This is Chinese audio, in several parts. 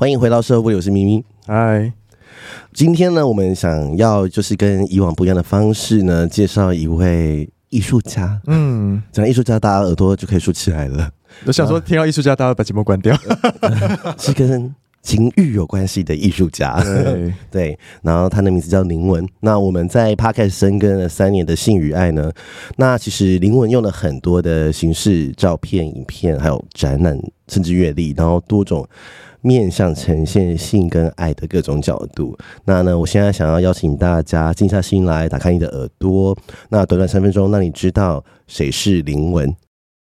欢迎回到社会，我是咪咪。 嗨， 今天呢，我们想要就是跟以往不一样的方式呢，介绍一位艺术家。讲艺术家，大家耳朵就可以竖起来了。 我想说，听到艺术家，大家把节目关掉。 是跟情欲有关系的艺术家，对，然后他的名字叫林文。那我们在 Podcast 深耕了3年的性与爱呢，那其实林文用了很多的形式，照片、影片，还有展览，甚至阅历，然后多种面向呈现性跟爱的各种角度。那呢，我现在想要邀请大家静下心来，打开你的耳朵，那短短3分钟，让你知道谁是林文。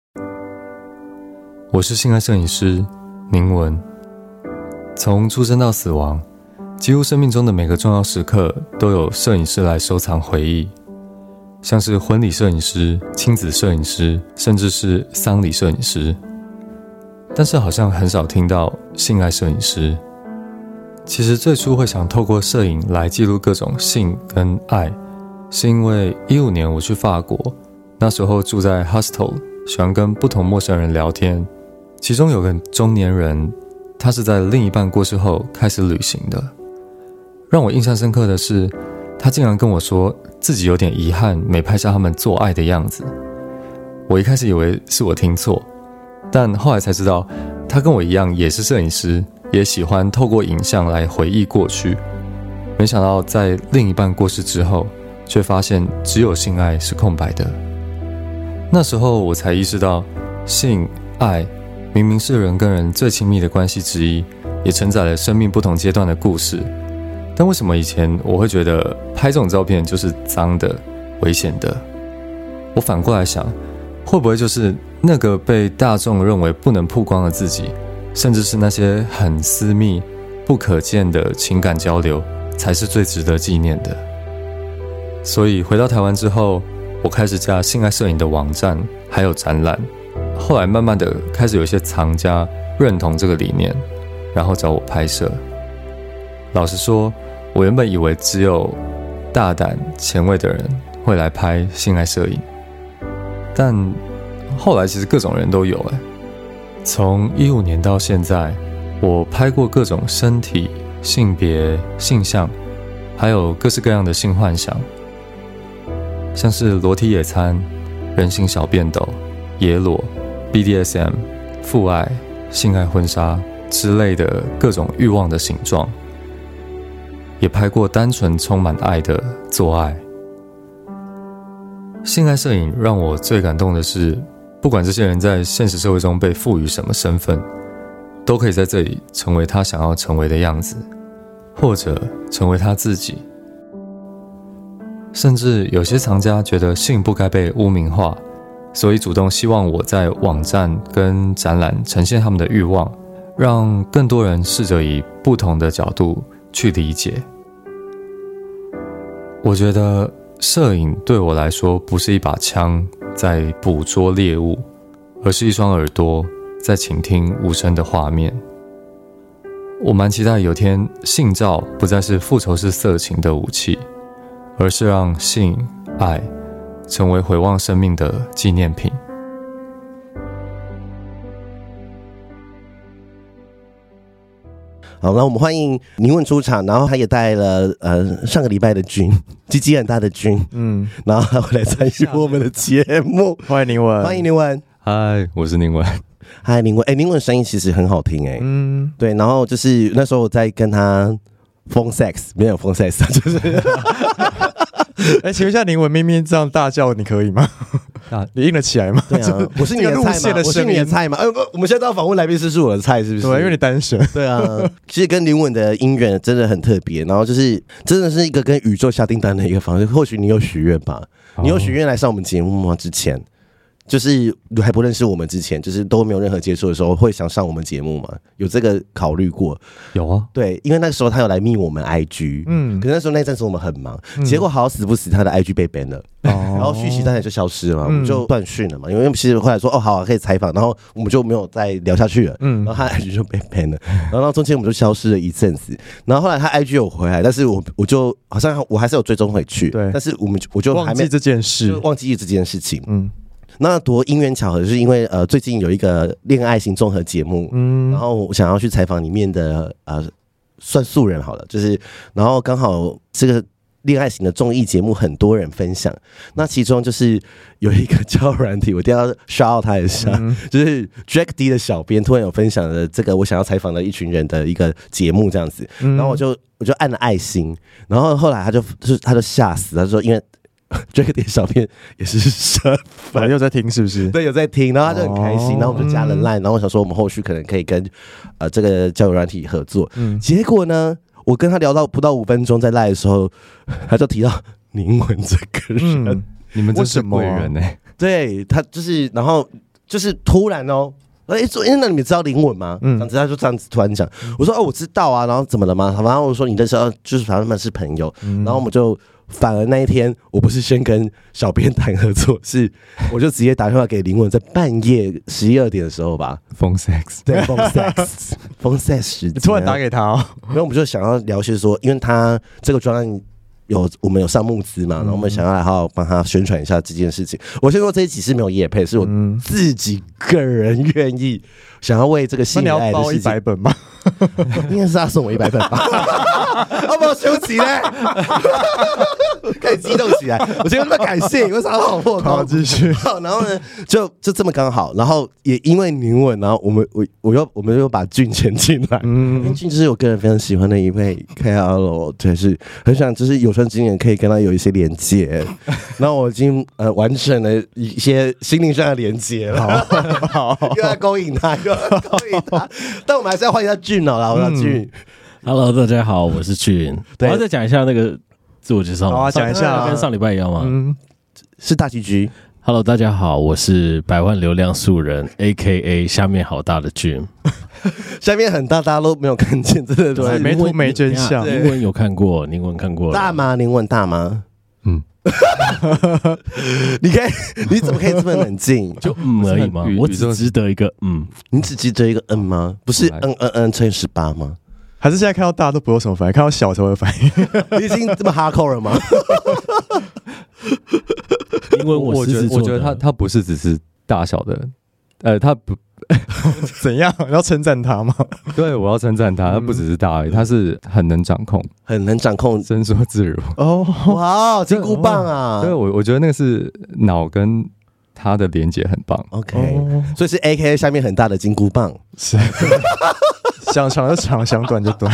我是性爱摄影师林文。从出生到死亡，几乎生命中的每个重要时刻都有摄影师来收藏回忆，像是婚礼摄影师、亲子摄影师，甚至是丧礼摄影师。但是好像很少听到性爱摄影师。其实最初会想透过摄影来记录各种性跟爱，是因为15年我去法国，那时候住在 hostel， 喜欢跟不同陌生人聊天，其中有个中年人，他是在另一半过世后开始旅行的。让我印象深刻的是，他竟然跟我说自己有点遗憾没拍下他们做爱的样子。我一开始以为是我听错，但后来才知道他跟我一样也是摄影师，也喜欢透过影像来回忆过去。没想到在另一半过世之后，却发现只有性爱是空白的。那时候我才意识到，性爱明明是人跟人最亲密的关系之一，也承载了生命不同阶段的故事。但为什么以前我会觉得拍这种照片就是脏的、危险的？我反过来想，会不会就是那个被大众认为不能曝光的自己，甚至是那些很私密、不可见的情感交流，才是最值得纪念的？所以回到台湾之后，我开始加性爱摄影的网站，还有展览。后来慢慢的开始有一些藏家认同这个理念，然后找我拍摄。老实说，我原本以为只有大胆前卫的人会来拍性爱摄影，但后来其实各种人都有。从15年到现在，我拍过各种身体、性别、性向，还有各式各样的性幻想，像是裸体野餐、人形小便斗、野裸、BDSM、父爱、性爱婚纱之类的各种欲望的形状，也拍过单纯充满爱的做爱。性爱摄影让我最感动的是，不管这些人在现实社会中被赋予什么身份，都可以在这里成为他想要成为的样子，或者成为他自己。甚至有些藏家觉得性不该被污名化，所以主动希望我在网站跟展览呈现他们的欲望，让更多人试着以不同的角度去理解。我觉得摄影对我来说不是一把枪在捕捉猎物，而是一双耳朵在倾听无声的画面。我蛮期待有天性照不再是复仇式色情的武器，而是让性爱成为回望生命的纪念品。 好，那我们欢迎林文出场，然后他也带了上个礼拜的君，鸡鸡很大的君，然后他会来参与我们的节目。 欢迎林文， 欢迎林文。 嗨，我是宁文。 嗨，林文。林文声音其实很好听对，然后就是那时候我在跟他phone sex， 没有phone sex， 就是请问一下，林文，咪咪这样大叫，你可以吗？你硬得起来吗？ 对啊，我是你的菜吗？我是你的菜吗？我们现在要访问来宾是我的菜，是不是？ 对，因为你单身。 对啊，其实跟林文的姻缘真的很特别，然后就是真的是一个跟宇宙下订单的一个方式。或许你有许愿吧？你有许愿来上我们节目吗？之前就是还不认识我们之前，就是都没有任何接触的时候，会想上我们节目吗？有这个考虑过？ 有啊， 对，因为那个时候他有来密我们 IG，可是那时候那阵子我们很忙，结果好死不死他的 IG 被 ban 了，然后讯息当然就消失了嘛，我们就断讯了嘛，因为其实后来说好可以采访，然后我们就没有再聊下去了，然后他的 IG 就被 ban 了，然后到中间我们就消失了一阵子，然后后来他 IG 有回来，但是我就好像我还是有追踪回去， 对， 但是我就还没忘记这件事， 就忘记这件事情， 那多因缘巧合，就是因为最近有一个恋爱型综合节目，然后我想要去采访里面的算素人好了，就是然后刚好这个恋爱型的综艺节目很多人分享，那其中就是有一个交友软体，我一定要 shout out 他一下，就是 Jack D 的小编突然有分享了这个我想要采访的一群人的一个节目这样子，然后我就按了爱心，然后后来他就吓死，他说因为Jack D 小编也是神粉， 又在听是不是？ 对，有在听，然后他就很开心，然后我们就加了 Line，然后我想说我们后续可能可以跟这个交友软体合作，结果呢？我跟他聊到不到5分钟，在赖的时候，他就提到宁文这个人， 你们真是贵人哎！ 对他就是，然后就是突然哦，说那你们知道宁文吗？这样子他就这样子突然讲，我说我知道啊，然后怎么了吗？然后我说你那时候就是反正他们是朋友，然后我们就反而那一天我不是先跟小编谈合作，是我就直接打电话给宁文，在半夜11、2点的时候吧， phone sex， 对phone sex 时间， 突然打给他哦， 因为我们就想要聊些说，因为他这个专案我们有上募资嘛，然后我们想要来好好帮他宣传一下这件事情。我先说这一集是没有业配，是我自己个人愿意想要为这个性爱的事情。 100本吗？ 应该是他送我100本吧。要不要休息呢？开始激动起来，我觉得那么感谢，为啥好破口？ 好，继续。 好，然后呢，就这么刚好，然后也因为宁文，然后我们又把俊牵进来，因为俊就是我个人非常喜欢的一位 KOL， 对，是很想就是有生之年可以跟他有一些连接，然后我已经完成了一些心灵上的连接了，好，又要勾引他，但我们还是要欢迎他俊哦，我叫俊。 Hello， 大家好，我是俊。我要再讲一下那个自我介绍。 好啊，讲一下， 跟上礼拜一样吗？ 是大 GG。 Hello， 大家好，我是100万流量素人 ，AKA 下面好大的俊。 下面很大，大家都没有看见，真的对，没图没真相。 宁文有看过，宁文看过了。 大吗？宁文大吗？你怎么可以这么冷静？ 就而已吗？我只值得一个你只值得一个吗？不是乘以18吗？ 还是现在看到大都不有什么反应，看到小才会反应？ 你已经这么 hardcore 了吗？ 因为我觉得他不是只是大小的，他不怎样？要称赞他吗？ 对，我要称赞他，他不只是大而已，他是很能掌控，伸缩自如。 哦，哇，金箍棒啊！ 对，我觉得那个是脑跟他的连结很棒。 OK，所以是 AKA 下面很大的金箍棒， 是。想长就长，想短就短。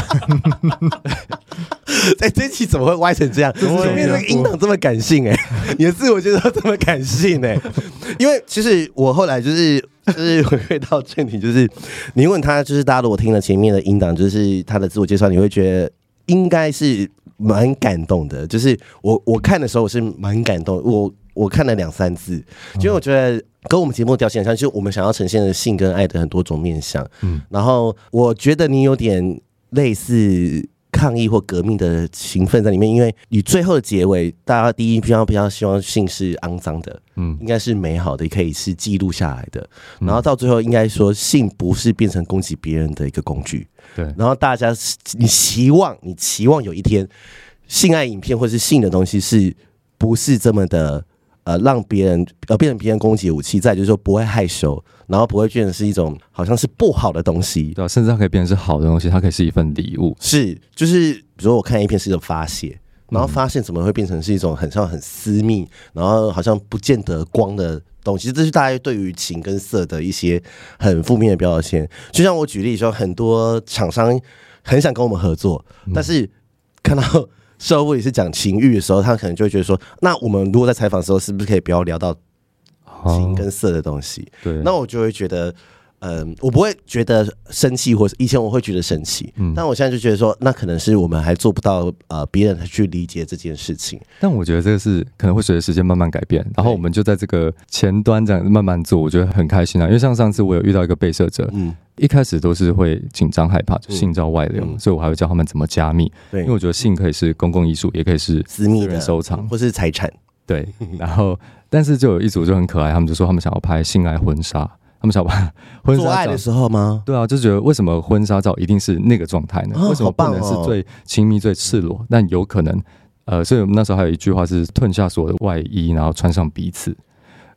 这期怎么会歪成这样？前面那个音档这么感性你的自我介绍这么感性因为其实我后来就是回归到正题，就是你问他，就是大家如果听了前面的音档，就是他的自我介绍，你会觉得应该是蛮感动的。就是我看的时候我是蛮感动，我看了2-3次，因为我觉得跟我们节目调性很像，就是我们想要呈现的性跟爱的很多种面向。然后我觉得你有点类似抗议或革命的情分在里面，因为你最后的结尾，大家第一比较希望性是肮脏的，应该是美好的，也可以是记录下来的。然后到最后，应该说性不是变成攻击别人的一个工具。 对。 然后大家，你期望有一天，性爱影片或是性的东西是不是这么的？让别人变成别人攻击的武器，再就是说不会害羞，然后不会变成是一种好像是不好的东西， 对，甚至它可以变成是好的东西，它可以是一份礼物， 就是比如说我看一片是一种发泄，然后发现怎么会变成是一种很私密，然后好像不见得光的东西，这是大家对于情跟色的一些很负面的表现。就像我举例说，很多厂商很想跟我们合作，但是看到社会也是讲情欲的时候，他可能就会觉得说，那我们如果在采访的时候，是不是可以不要聊到情跟色的东西？ 对， 那我就会觉得，我不会觉得生气，或者以前我会觉得生气，但我现在就觉得说，那可能是我们还做不到，别人去理解这件事情。 但我觉得这个是可能会随着时间慢慢改变，然后我们就在这个前端这样慢慢做，我觉得很开心啊。因为像上次我有遇到一个被摄者，一开始都是会紧张害怕，就性照外流，所以我还会教他们怎么加密。因为我觉得性可以是公共艺术，也可以是私密的收藏或是财产。 对，然后但是就有一组就很可爱，他们就说他们想要拍性爱婚纱，他们想要拍婚纱照。 做爱的时候吗？ 对啊，就觉得为什么婚纱照一定是那个状态呢？为什么不能是最亲密、最赤裸？但有可能，所以我们那时候还有一句话是褪下所有的外衣，然后穿上彼此。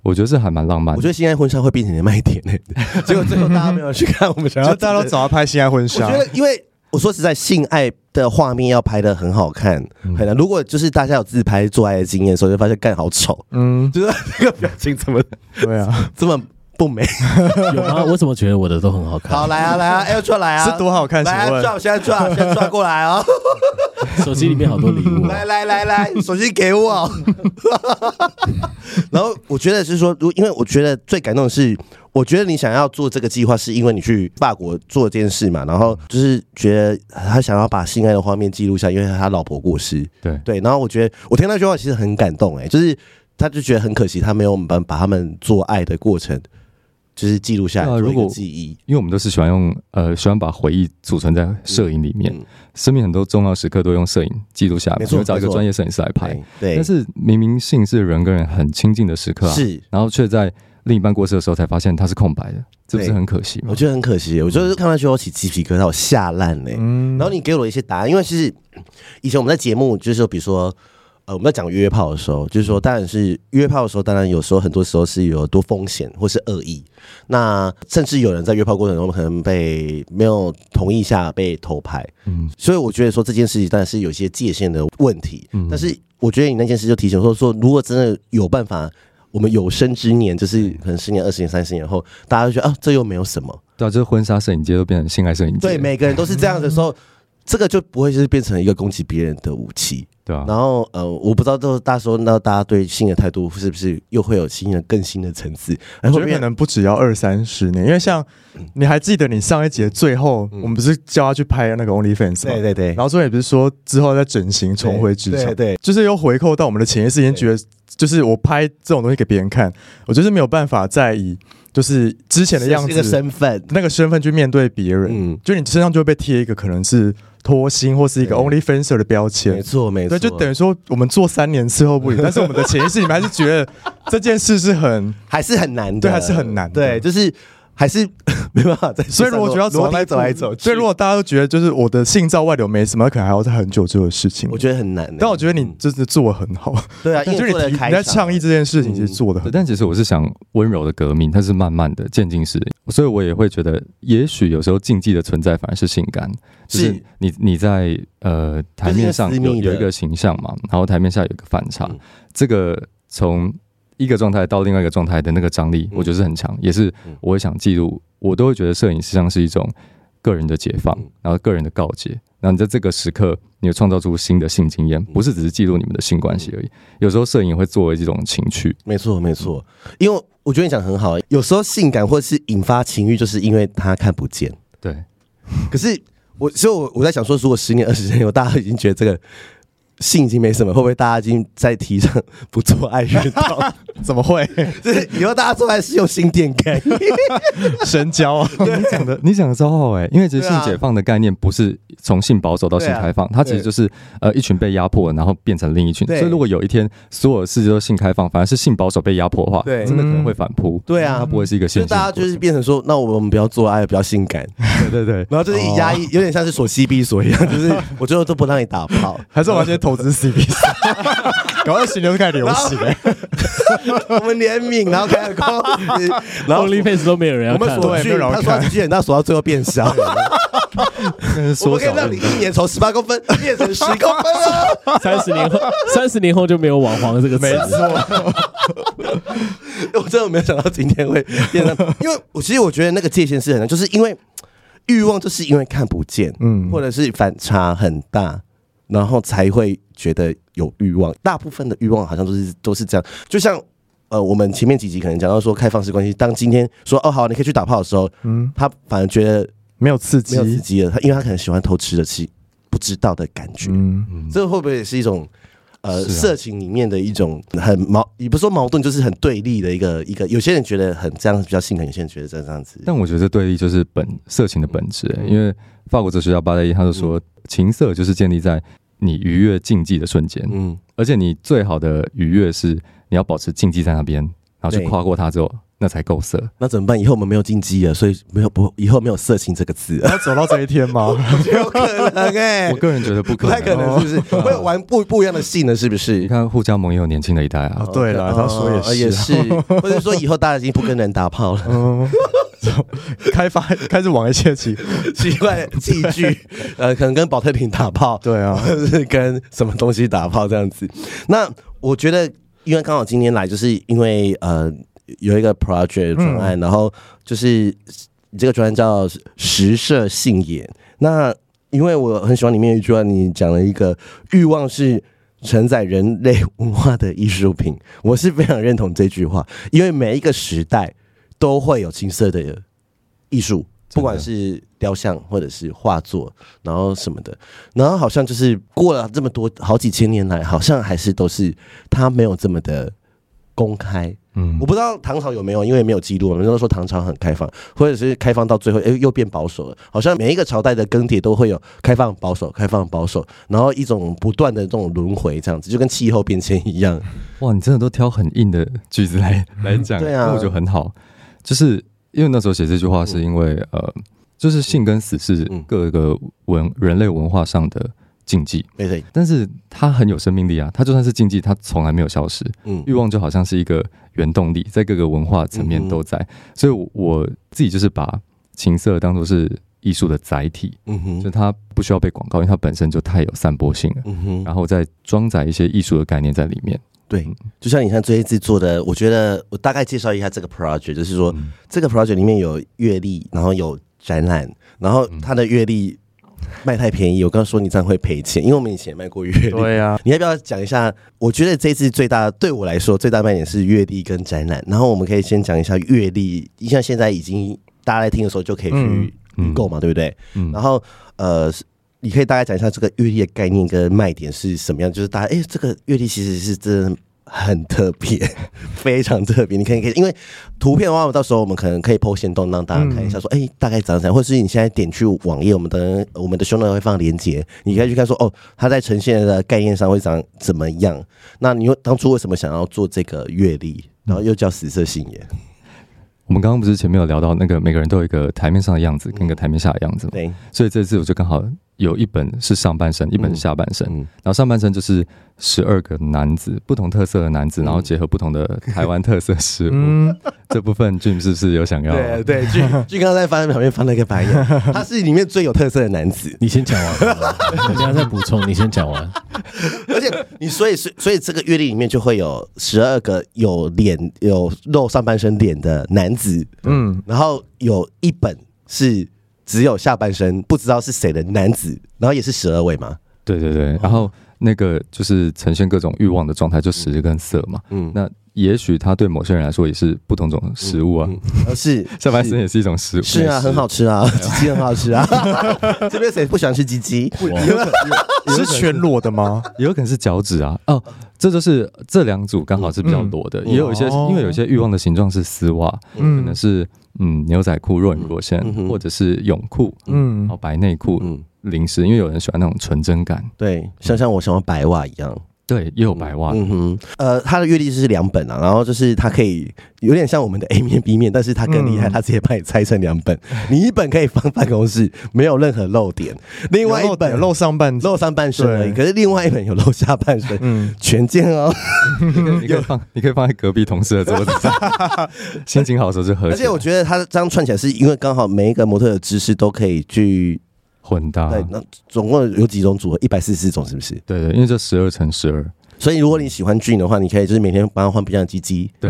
我觉得是还蛮浪漫的。 我觉得性爱婚纱会变成你的卖点结果最后大家没有去看，我们想要大家都找他拍性爱婚纱。 我觉得，因为我说实在，性爱的画面要拍得很好看，很难。如果就是大家有自拍做爱的经验的时候，就发现干好丑，就是这个表情怎么对啊， 这么不美？ 有吗？我怎么觉得我的都很好看？ 好，来啊 ，Air 来啊， 是多好看？ 来啊，现在抓过来哦。 手机里面好多礼物， 来，手机给我。然后我觉得是说，因为我觉得最感动的是，我觉得你想要做这个计划，是因为你去法国做这件事嘛，然后就是觉得他想要把性爱的画面记录下，因为他老婆过世，对，然后我觉得我听到那句话其实很感动，就是他就觉得很可惜，他没有把他们做爱的过程。就是记录下来做一个记忆， 因为我们都是喜欢把回忆储存在摄影里面，生命很多重要时刻都用摄影记录下来，你会找一个专业摄影师来拍。 对， 但是明明性是人跟人很亲近的时刻是， 然后却在另一半过世的时候才发现它是空白的，这不是很可惜吗？ 我觉得很可惜，我就是看到就我起鸡皮疙瘩，我吓烂嘞。然后你给我一些答案，因为其实以前我们在节目就是说，比如说。我们在讲约炮的时候，就是说，当然是约炮的时候，当然有时候很多时候是有多风险或是恶意。那甚至有人在约炮过程中可能被没有同意下被偷拍，所以我觉得说这件事情当然是有一些界限的问题。但是我觉得你那件事就提醒说，如果真的有办法，我们有生之年，就是可能10年、20年、30年后，大家就觉得这又没有什么。 对啊，就是婚纱摄影界都变成性爱摄影界， 对，每个人都是这样的时候。这个就不会就是变成一个攻击别人的武器， 对啊。 然后我不知道都大说，那大家对性的态度是不是又会有更新的层次？ 我觉得可能不只要20-30年，因为像你还记得你上一集的最后，我们不是叫他去拍那个 OnlyFans 吗？ 对， 然后最后也不是说之后再整形重回职场， 对， 就是又回扣到我们的潜意识，觉得就是我拍这种东西给别人看，我就是没有办法再以。就是之前的样子， 那个身份去面对别人，就你身上就会被贴一个可能是脱星或是一个 OnlyFancer 的标签， 没错， 对，就等于说我们做3年伺候不理，但是我们的潜意识里面还是觉得这件事还是很难的， 对，还是很难的， 对，就是还是没办法在。 所以如果觉得要走来走去，所以如果大家都觉得就是我的性照外流没什么，可能还要在很久之后的事情， 我觉得很难。 但我觉得你就是做得很好， 对啊，因为你在倡议这件事情其实做得很好。 但其实我是想温柔的革命，它是慢慢的渐进式的，所以我也会觉得，也许有时候禁忌的存在反而是性感，就是你在台面上有一个形象嘛，然后台面下有一个反差，这个从一个状态到另外一个状态的那个张力，我觉得是很强，也是我会想记录，我都会觉得摄影实际上是一种个人的解放，然后个人的告诫。然后你在这个时刻，你会创造出新的性经验，不是只是记录你们的性关系而已。有时候摄影也会作为这种情趣。 没错，因为我觉得你讲得很好，有时候性感或是引发情欲，就是因为他看不见。 对， 可是所以我在想说，如果10年、20年后，大家已经觉得这个。性已经没什么，会不会大家已经在提倡不做爱运动？ 怎么会？ 就是以后大家做爱是用心电感应、 神交啊！ 你讲的超好因为其实性解放的概念不是从性保守到性开放，它其实就是一群被压迫，然后变成另一群。所以如果有一天所有的世界都性开放，反而是性保守被压迫的话，真的可能会反扑。 对啊， 它不会是一个线性。 大家就是变成说，那我们不要做爱，不要性感。 对， 然后就是以压抑，有点像是锁 CB 锁一样，就是我最后都不让你打炮， 还是我们先投资 CB 锁，搞到型流开始流行我们联名，然后开始公司， 然后 OnlyFans 都没有人要看， 我们锁剧，他说机器人，他锁到最后变小。我们可以让你1年从18公分变成10公分了。 30年后就没有网黄这个词。 没错， 我真的没有想到今天会变成，因为其实我觉得那个界限是很难，就是因为欲望就是因为看不见，或者是反差很大，然后才会觉得有欲望。大部分的欲望好像都是这样，就像。我们前面几集可能讲到说开放式关系，当今天说好，你可以去打炮的时候，他反而觉得没有刺激了，因为他可能喜欢偷吃的不知道的感觉，这会不会也是一种色情里面的一种也不是说矛盾，就是很对立的一个，有些人觉得很这样比较性感，有些人觉得这样子。 但我觉得对立就是色情的本质，因为法国哲学家巴代伊他就说，情色就是建立在你逾越禁忌的瞬间，而且你最好的愉悦是你要保持禁忌在那边，然后去跨过它之后， 那才够色。 那怎么办？以后我们没有禁忌了，所以以后没有色情这个字了。 要走到这一天吗？ 有可能我个人觉得不可能， 不太可能，是不是？会有玩不一样的性呢？是不是？ 你看互加盟也有年轻的一代啊。 对了，他说也是，或者说以后大家已经不跟人打炮了。 开始往一些奇怪的器具，可能跟保特瓶打炮， 对啊， 或者是跟什么东西打炮这样子。那我觉得，因为刚好今天来，就是因为有一个 project 专案，然后就是这个专案叫食色性也。那因为我很喜欢里面有一句话，你讲了一个欲望是承载人类文化的艺术品，我是非常认同这句话，因为每一个时代都会有情色的艺术，不管是雕像或者是画作，然后什么的，然后好像就是过了这么多好几千年来，好像还是都是它没有这么的公开。我不知道唐朝有没有，因为没有记录，我们都说唐朝很开放，或者是开放到最后又变保守了。好像每一个朝代的更迭都会有开放保守，开放保守，然后一种不断的这种轮回，这样子就跟气候变迁一样。 哇，你真的都挑很硬的句子来讲， 对啊， 我觉得很好。就是因为那时候写这句话，是因为就是性跟死是各个人类文化上的禁忌， 对， 但是它很有生命力啊！它就算是禁忌，它从来没有消失。欲望就好像是一个原动力，在各个文化层面都在。所以我自己就是把情色当作是艺术的载体，就它不需要被广告，因为它本身就太有散播性了。然后再装载一些艺术的概念在里面。 对，就像你看这一次做的，我觉得我大概介绍一下这个 project， 就是说这个 project 里面有阅历，然后有展览，然后它的阅历卖太便宜，我刚刚说你这样会赔钱，因为我们以前也卖过阅历。 对啊， 你要不要讲一下？我觉得这次对我来说最大卖点是阅历跟展览，然后我们可以先讲一下阅历，像现在已经大家在听的时候就可以去预购嘛，对不对？然后你可以大概讲一下这个阅历的概念跟卖点是什么样？就是大家这个阅历其实是真的很特别，非常特别。你可以，因为图片的话，到时候我们可能可以 po 限动让大家看一下说，大概长怎样，或者是你现在点去网页，我们的 show note 会放连结，你可以去看说，它在呈现的概念上会长怎么样。那你当初为什么想要做这个阅历，然后又叫食色性也？ 我们刚刚不是前面有聊到那个每个人都有一个台面上的样子跟一个台面下的样子嘛？ 对， 所以这次我就刚好有一本是上半身，一本是下半身，然后上半身就是12个男子，不同特色的男子，然后结合不同的台湾特色食物。这部分 Jim 是不是有想要？ 对，Jim 刚刚在旁边翻了一个白眼，他是里面最有特色的男子。 你先讲完，我等一下再补充。你先讲完。 而且你所以这个阅历里面就会有12个有露上半身脸的男子，然后有一本是只有下半身不知道是谁的男子，然后也是12位嘛。对， 然后那个就是呈现各种欲望的状态，就食跟色嘛。那也许它对某些人来说也是不同种食物啊。 是下半身也是一种食物。 是啊，很好吃啊，鸡鸡很好吃啊。这边谁不喜欢吃鸡鸡？ 是全裸的吗？ 也有可能是脚趾啊。这就是这两组刚好是比较裸的，也有一些因为有一些欲望的形状是丝袜，可能是牛仔裤若隐若现，或者是泳裤，然后白内裤，零食，因为有人喜欢那种纯真感。 对，像我喜欢白袜一样。 对，也有白袜。 它的阅历是2本啊，然后就是它可以有点像我们的 A 面 B 面，但是它更厉害，它直接把你拆成2本，你一本可以放办公室，没有任何漏点；另外一本露上半身而已，可是另外一本有露下半身，全件哦。 你可以放在隔壁同事的桌子上，心情好的时候就合起来。 而且我觉得它这样串起来，是因为刚好每一个模特的姿势都可以去混搭。 对，那总共有几种组合？144种，是不是？ 对，因为这12×12。 所以如果你喜欢Jim的话，你可以就是每天帮他换不一样的鸡鸡。 对。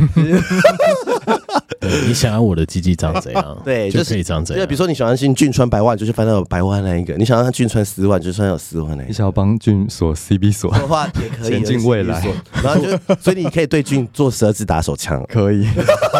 你想要我的鸡鸡长怎样？ 对， 就可以长怎样。 就比如说你喜欢Jim穿白袜，就是翻到有白袜那一个；你想要Jim穿丝袜，就穿有丝袜那一个。 你想要帮Jim锁 CB 锁的话，也可以前进未来。 然后所以你可以对Jim做12字打手枪， 可以，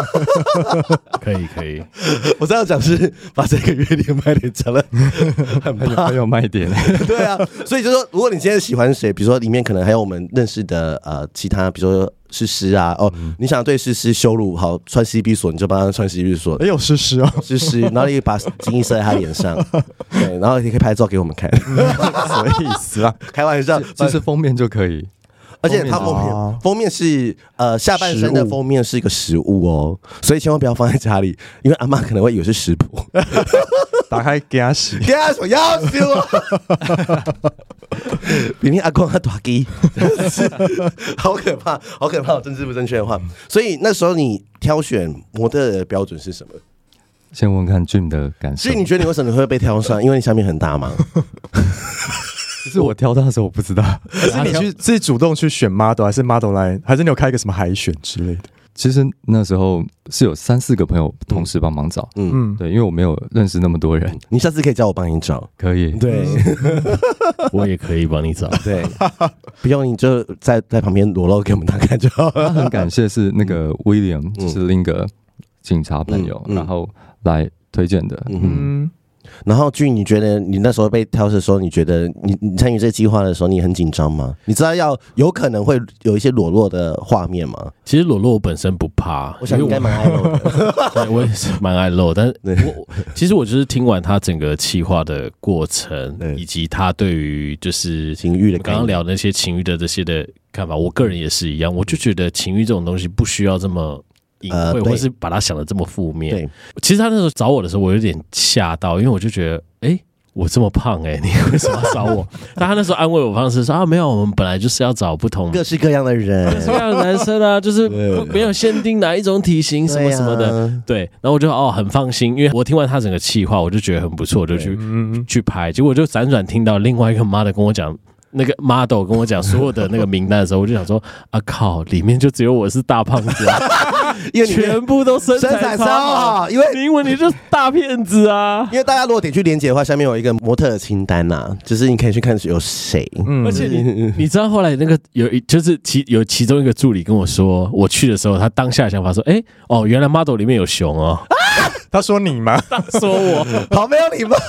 可以。 我这样讲是把这个阅历卖点讲了很有卖点。 对啊，所以就说，如果你今天喜欢谁，比如说里面可能还有我们认识的其他，比如说诗诗啊，你想对诗诗羞辱，好穿 CB 锁，你就帮他穿 CB 锁。 有诗诗哦， 诗诗，然后你把精液射在他脸上，对，然后你可以拍照给我们看， 什么意思啊？ 开玩笑， 其实封面就可以。 而且它封面是下半身的封面是一个食物哦，所以千万不要放在家里，因为阿嬷可能会以为是食谱。 打开给他洗， 给他说要修啊！比你阿公还大鸡，好可怕，好可怕！政治不正确的话，所以那时候你挑选模特的标准是什么？ 先问看 Jim 的感受。 所以你觉得你为什么会被挑上？因为你下面很大吗？ 其实我挑他的时候我不知道， 是你去自己主动去选 model， 还是 model 来，还是你有开一个什么海选之类的？ 其实那时候是有3-4个朋友同时帮忙找，对，因为我没有认识那么多人。 你下次可以叫我帮你找， 可以， 对， 我也可以帮你找， 对，不用你就在旁边裸露给我们大看就好了。 很感谢是那个 William， 就是另一个警察朋友，然后来推荐的， 然后俊，你觉得你那时候被挑的时候，你觉得你参与这个计划的时候，你很紧张吗？你知道有可能会有一些裸露的画面吗？ 其实裸露我本身不怕， 我想应该蛮爱露的。 对，我也是蛮爱露，但是其实我就是听完他整个企划的过程，以及他对于就是情欲的刚刚聊那些情欲的这些的看法，我个人也是一样，我就觉得情欲这种东西不需要这么隐晦，或是把它想的这么负面。对，其实他那时候找我的时候，我有点吓到，因为我就觉得，我这么胖你为什么要找我？但他那时候安慰我方式说没有，我们本来就是要找不同各式各样的人， 各式各样的男生啊，就是没有限定哪一种体型什么什么的。对，然后我就很放心，因为我听完他整个企划，我就觉得很不错，我就去拍。结果我就辗转听到另外一个妈的跟我讲。那个 model 跟我讲所有的那个名单的时候，我就想说靠，里面就只有我是大胖子啊，因为全部都身材超好，因为林文你就是大骗子啊！ 因为大家如果点去连结的话，下面有一个模特的清单呐，就是你可以去看有谁。 而且你知道后来那个就是有其中一个助理跟我说，我去的时候，他当下想法说，原来 model 里面有熊哦。 他说你吗？ 他说我好没有礼貌。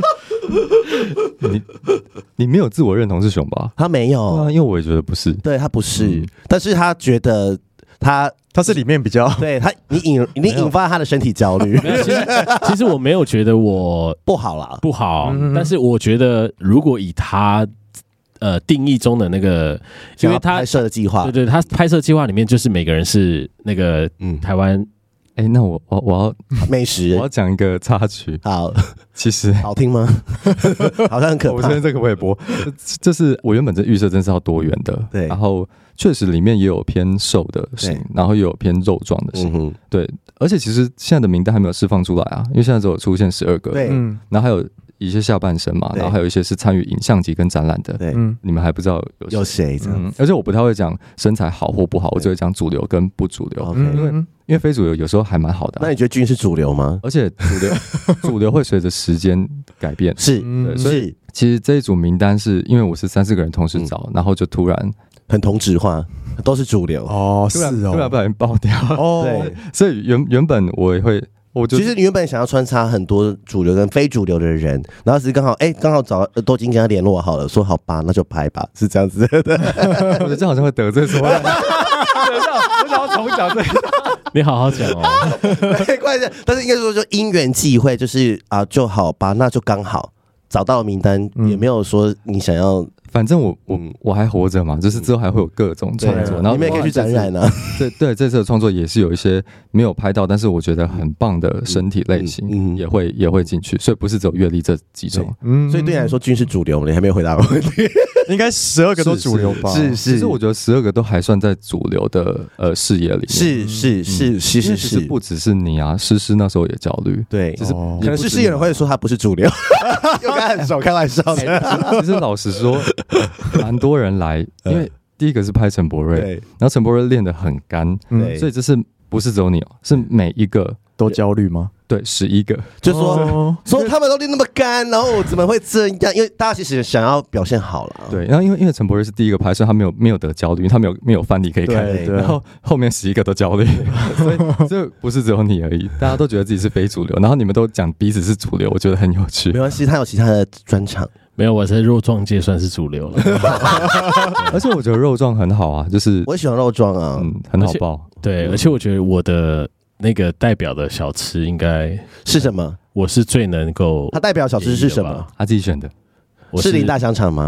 你没有自我认同是熊吧？ 他没有， 因为我也觉得不是。 对他不是，但是他觉得他是里面比较对他，你引发他的身体焦虑。 其实我没有觉得我不好啦， 不好，但是我觉得如果以他定义中的那个，因为他拍摄的计划， 对，他拍摄计划里面就是每个人是那个台湾。 那我要美食， 我要讲一个插曲。 好， 其实好听吗？好像很可怕。 我现在这个我也播，就是我原本这预设真是要多元的，对。然后确实里面也有偏瘦的型，然后也有偏肉壮的型，对。而且其实现在的名单还没有释放出来啊，因为现在只有出现12个，对。然后还有一些下半身嘛，然后还有一些是参与影像集跟展览的，对。你们还不知道有谁这样， 而且我不太会讲身材好或不好，我只会讲主流跟不主流，因为非主流有时候还蛮好的。 那你觉得俊是主流吗？ 而且主流会随着时间改变， 是， 所以其实这一组名单是因为我是3-4个人同时找，然后就突然很同质化，都是主流突然不小心爆掉对，所以原本我也会。 其实你原本想要穿插很多主流跟非主流的人，然后是刚好都已经跟他联络好了，说好吧，那就拍吧，是这样子的。 我觉得这好像会得罪所有人。我想要重讲这个， 你好好讲哦， 没关系。但是应该说就因缘际会，就是就好吧，那就刚好找到名单，也没有说你想要。 反正我还活着嘛，就是之后还会有各种创作，然后你们也可以去展览啊。 对，这次的创作也是有一些没有拍到，但是我觉得很棒的身体类型，也会进去，所以不是只有阅历这几种。 所以对你来说，俊是主流，你还没有回答我问题。 应该12个都主流吧？ 是， 其实我觉得12个都还算在主流的视野里面。是，不只是你啊，诗诗那时候也焦虑， 对，就是可能诗有人会说他不是主流，又跟他很熟，开玩笑的。 其实老实说。蛮多人来，因为第一个是拍陈柏瑞，然后陈柏瑞练得很干，所以这是不是只有你是每一个都焦虑吗？ 对，11个， 就说他们都练那么干，然后怎么会这样？因为大家其实想要表现好了， 对。然后因为陈柏瑞是第一个拍摄，他没有得焦虑，他没有范例可以看，然后后面11个都焦虑，所以这不是只有你而已，大家都觉得自己是非主流，然后你们都讲彼此是主流，我觉得很有趣。 没关系，他有其他的专场。 没有，我在肉壮界算是主流了。 而且我觉得肉壮很好啊，就是我喜欢肉壮啊， 很好爆。 对，而且我觉得我的那个代表的小吃应该是什么？ 我是最能够。 他代表小吃是什么？ 他自己选的。 是林大香肠吗？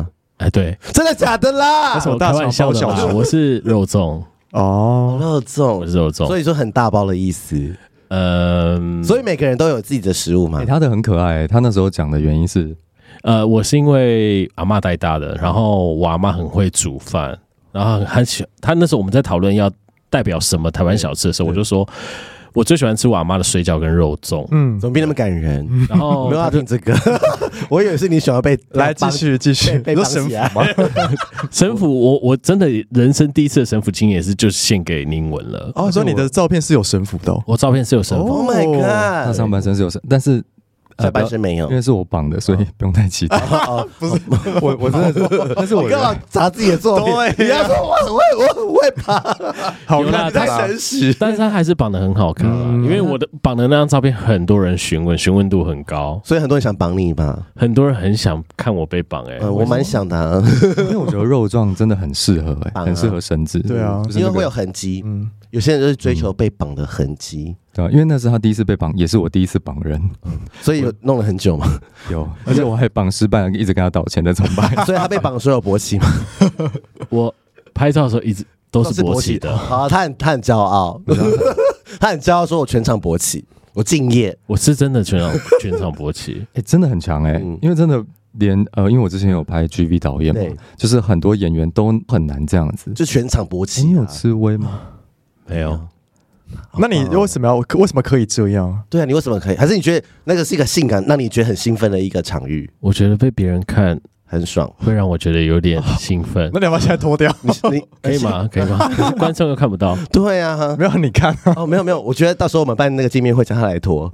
哎，对， 真的假的啦？ 我开玩笑的啦，我是肉粽哦，肉粽， 我是肉粽， 所以说很大包的意思。所以每个人都有自己的食物嘛。 他的很可爱，他那时候讲的原因是， 我是因为阿嬷带大的，然后我阿嬷很会煮饭，然后很喜欢。他那时候我们在讨论要代表什么台湾小吃的时候，我就说我最喜欢吃我阿嬷的水饺跟肉粽。 怎么变那么感人？ 然后没有要听这个，我以为是你想要被来继续， 被绑起来吗？ 神符，我真的人生第一次的神符经验就是献给宁文了。 哦，所以你的照片是有神符的？ 我照片是有神符。 Oh my god！ 他上半身是有神，但是下半身没有， 因为是我绑的，所以不用太期待。不是我真的是，但是我干嘛查自己的作品？你要说我很会绑， 好看， 太神实， 但是他还是绑得很好看啊。因为我的绑的那张照片，很多人询问度很高， 所以很多人想绑你吧？ 很多人很想看我被绑我蛮想的， 因为我觉得肉状真的很适合很适合神智。 对啊， 因为会有痕迹。有些人就是追求被绑的痕迹。 对啊，因为那是他第一次被绑，也是我第一次绑人， 所以有弄了很久吗？ 有，而且我还绑失败了，一直跟他道歉，再重办。 所以他被绑的时候有勃起吗？ 我拍照的时候一直都是勃起的。 好，他很骄傲，他很骄傲说我全场勃起，我敬业， 我是真的全场勃起。 真的很强因为真的连因为我之前有拍 GV 导演嘛，就是很多演员都很难这样子， 就全场勃起。 你有吃威吗？ 没有。 那你为什么可以这样？ 对啊，你为什么可以？还是你觉得那个是一个性感，让你觉得很兴奋的一个场域？ 我觉得被别人看很爽， 会让我觉得有点兴奋。 那你要不要现在脱掉？ 你可以吗？可以吗？可是观众又看不到。 对啊， 没有你看没有，我觉得到时候我们办那个见面会，叫他来脱。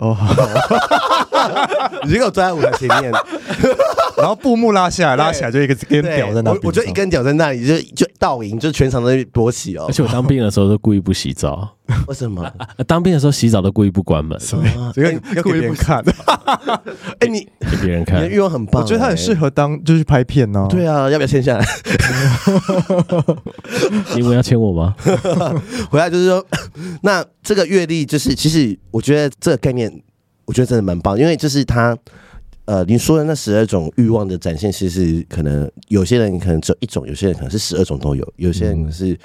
你就给我坐在舞台前面， 然后布幕拉起来就一根屌在那。 我就一根屌在那里，就倒影，就全场都勃起哦。 而且我当兵的时候都故意不洗澡。 为什么？ 当兵的时候洗澡都故意不关门， 这个要给别人看。 你给别人看， 你的欲望很棒。 我觉得他很适合就是拍片呢。 对啊，要不要签下来？ 你们要签我吗？ 回来就是说，那这个阅历就是，其实我觉得这个概念，我觉得真的蛮棒，因为就是他。你说的那12种欲望的展现，其实可能有些人可能只有一种，有些人可能是12种都有，有些人可能是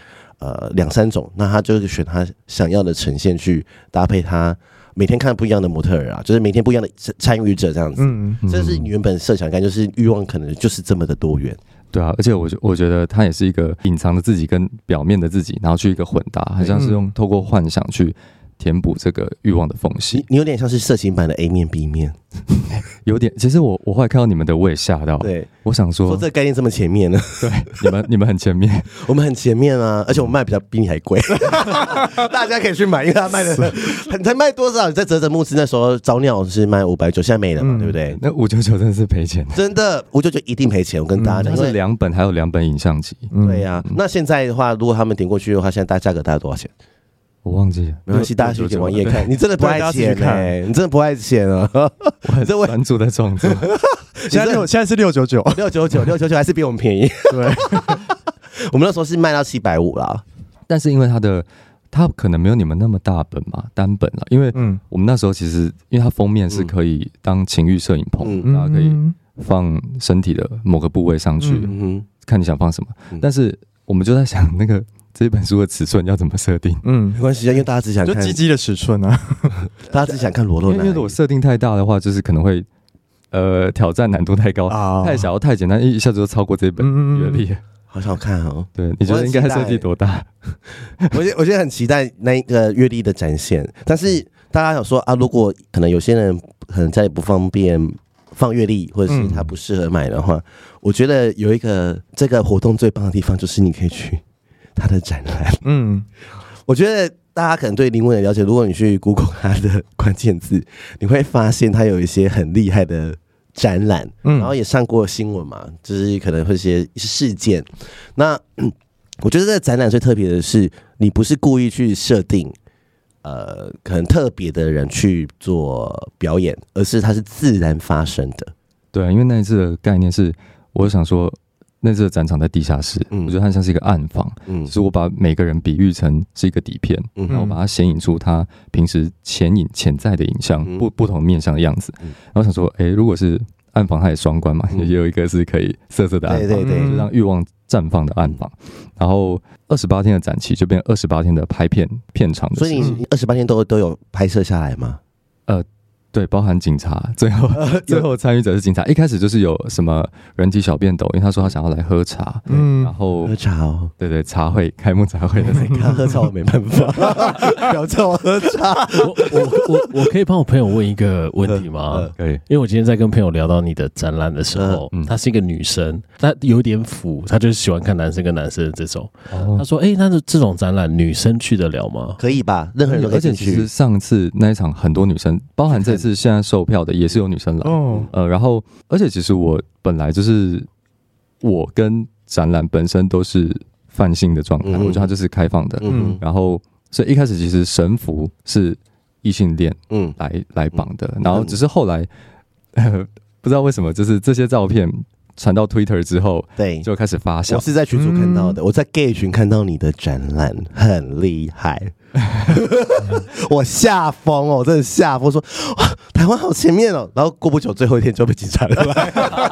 2、3种，那他就是选他想要的呈现去搭配他每天看不一样的模特儿啊，就是每天不一样的参与者这样子。这是你原本设想，就是欲望可能就是这么的多元。 对啊，而且我觉得他也是一个隐藏的自己跟表面的自己，然后去一个混搭，好像是透过幻想去填补这个欲望的缝隙。 你有点像是色情版的 A 面 B 面。 有点，其实我后来看到你们的，我也吓到。 对， 我想说这个概念这么前面呢？ 对，你们很前面， 我们很前面啊，而且我们卖比你还贵，大家可以去买，因为他卖的才卖多少？你在泽泽木斯那时候早鸟是卖590，现在没了嘛，对不对？ 那599真的是赔钱， 真的599一定赔钱。我跟大家讲， 是2本，还有2本影像集。 对呀，那现在的话，如果他们点过去的话，现在价格大概多少钱？ 我忘记了， 没关系，大家去点网页看。你真的不爱钱你真的不爱钱啊！ 我很专注在创作。 现在是 699还是比我们便宜。 对， 我们那时候是卖到750啦， 但是因为它可能没有你们那么大本嘛，单本啦。因为我们那时候其实因为它封面是可以当情欲摄影棚，大家可以放身体的某个部位上去，看你想放什么。但是我们就在想那个。这本书的尺寸要怎么设定？ 没关系，因为大家只想看就鸡鸡的尺寸啊， 大家只想看裸露奶。 因为如果设定太大的话，就是可能会挑战难度太高，太小太简单，一下子就超过这本阅历。 好想看哦！ 对，你觉得应该设计多大？ 我觉得很期待那一个阅历的展现，但是大家想说啊，如果可能有些人可能在不方便放阅历，或者是他不适合买的话，我觉得有一个这个活动最棒的地方就是你可以去。他的展览，我觉得大家可能对林文的了解，如果你去 Google 他的关键字，你会发现他有一些很厉害的展览，然后也上过新闻嘛，就是可能会一些事件。那我觉得这个展览最特别的是，你不是故意去设定可能特别的人去做表演，而是它是自然发生的。 对啊，因为那一次的概念是，我想说。那次的展场在地下室，我觉得它像是一个暗房，就是我把每个人比喻成是一个底片，然后把它显影出他平时潜在的影像，不同面向的样子。然后想说，如果是暗房它也双关嘛，也有一个是可以色色的暗房， 对， 就让欲望绽放的暗房。然后28天的展期就变28天的拍片场的， 所以你28天都有拍摄下来吗？ 对，包含警察，最后参与者是警察。一开始就是有什么人体小便斗，因为他说他想要来喝茶，然后喝茶哦， 对，茶会开幕茶会的那个， 喝茶我没办法，不要叫我喝茶。 我可以帮我朋友问一个问题吗？ 可以， 因为我今天在跟朋友聊到你的展览的时候，她是一个女生，她有点腐，她就是喜欢看男生跟男生的这种。她说：“那这种展览女生去得了吗？” 可以吧，任何人都可以进去。 而且其实上次那一场很多女生，包含这次现在售票的也是有女生来。然后而且其实我本来就是我跟展览本身都是泛性的状态，我觉得它就是开放的。然后所以一开始其实神符是异性恋来绑的，然后只是后来不知道为什么，就是这些照片传到 Twitter 之后， 对， 就开始发酵。 我是在群组看到的，我在 gay 群看到你的展览很厉害，我吓疯哦，我真的吓疯，说哇，台湾好前面哦，然后过不久最后一天就被警察来。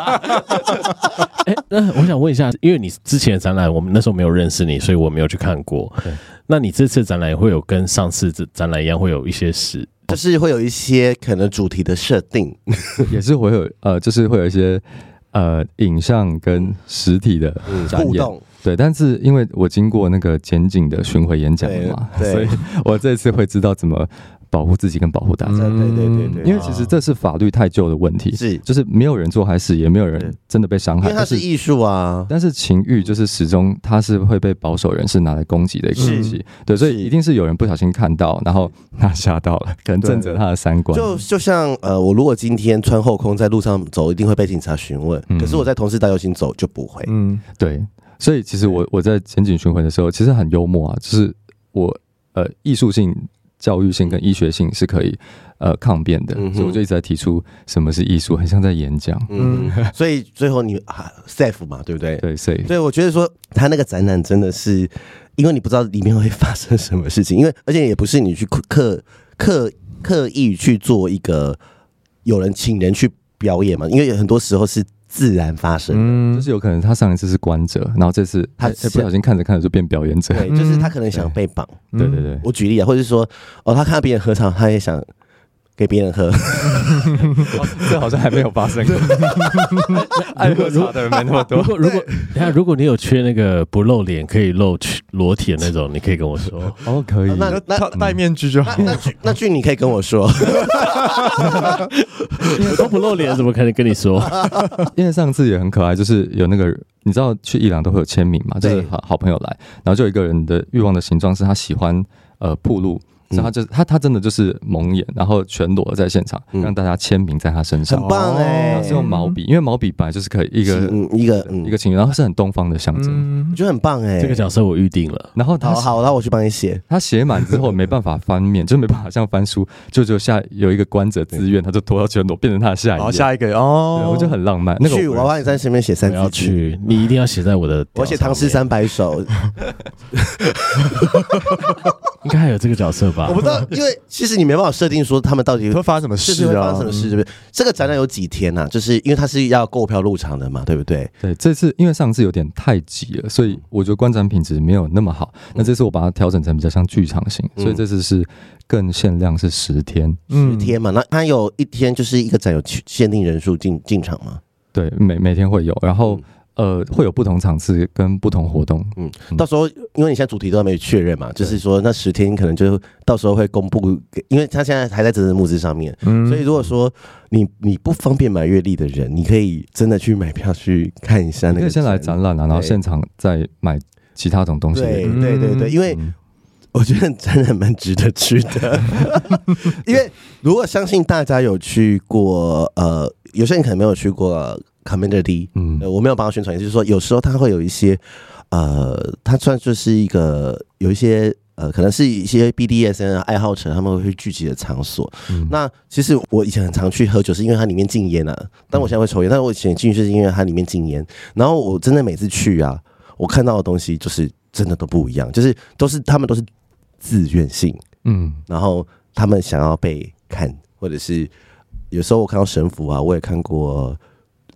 那我想问一下，因为你之前的展览我们那时候没有认识你，所以我没有去看过。那你这次展览会有跟上次展览一样，会有一些事， 就是会有一些可能主题的设定， 也是会有就是会有一些影像跟实体的互动。 对，但是因为我经过那个检警的巡回演讲嘛，所以我这次会知道怎么保护自己跟保护大家。 对， 因为其实这是法律太旧的问题，就是没有人做坏事，也没有人真的被伤害， 因为它是艺术啊。 但是情欲就是始终它是会被保守人士拿来攻击的一个东西，对，所以一定是有人不小心看到，然后他吓到了，可能震着他的三观。 就像我如果今天穿后空在路上走，一定会被警察询问，可是我在同志大游行走就不会。 对。所以其实我在检警巡回的时候，其实很幽默啊，就是我艺术性、教育性跟医学性是可以抗辩的，所以我就一直在提出什么是艺术，很像在演讲。 所以最后你safe 嘛，对不对？ 对 safe。 所以我觉得说他那个展览真的是，因为你不知道里面会发生什么事情，因为而且也不是你去刻意去做一个有人请人去表演嘛，因为很多时候是自然发生的，就是有可能他上一次是观者，然后这次他不小心看着看着就变表演者， 对，就是他可能想被绑， 对， 我举例啊，或者是说他看到别人喝茶，他也想给别人喝， 这好像还没有发生过，爱喝茶的人没那么多。 如果你有缺那个不露脸可以露裸体的那种，你可以跟我说。 可以， 那戴面具就好。 那句你可以跟我说。 我都不露脸，怎么可能跟你说？ 因为上次也很可爱，就是有那个你知道去伊朗都会有签名嘛，就是好朋友来，然后就有一个人的欲望的形状是他喜欢暴露。他真的就是蒙眼，然后全裸在现场，让大家签名在他身上， 很棒然后是用毛笔，因为毛笔本来就是可以一个情绪，然后是很东方的象征， 我觉得很棒这个角色我预定了， 然后好，那我去帮你写。 他写满之后没办法翻面，就没办法像翻书，就有一个观者自愿，他就拖到全裸，变成他的下一页。 下一个哦， 我觉得很浪漫。 去，我帮你在前面写3字。 要去，你一定要写在我的。 我写唐诗300首。 应该还有这个角色吧？ 我不知道，因为其实你没办法设定说他们到底会发生什么事会发生什么事，对不对？这个展览有几天啊？就是因为它是要购票入场的嘛，对不对？ 对，这次因为上次有点太挤了，所以我觉得观展品质没有那么好。那这次我把它调整成比较像剧场型，所以这次是更限量是10天 ，10天嘛。那它有一天就是一个展有限定人数进场吗？ 对，每天会有，然后。会有不同场次跟不同活动。 到时候因为你现在主题都还没确认嘛，就是说那10天可能就到时候会公布，因为他现在还在真人募资上面，所以如果说你不方便买月历的人，你可以真的去买票去看一下那个。 可以先来展览啊，然后现场再买其他种东西。 对，因为我觉得展览蛮值得去的，因为如果相信大家有去过，有些人可能没有去过。Commander D， 我没有帮他宣传，也就是说，有时候他会有一些，他算就是一个有一些可能是一些 BDSM 爱好者他们会聚集的场所。那其实我以前很常去喝酒，是因为它里面禁烟啊，但我现在会抽烟，但是我以前进去是因为它里面禁烟。然后我真的每次去啊，我看到的东西就是真的都不一样，就是他们都是自愿性，然后他们想要被看，或者是有时候我看到神父啊，我也看过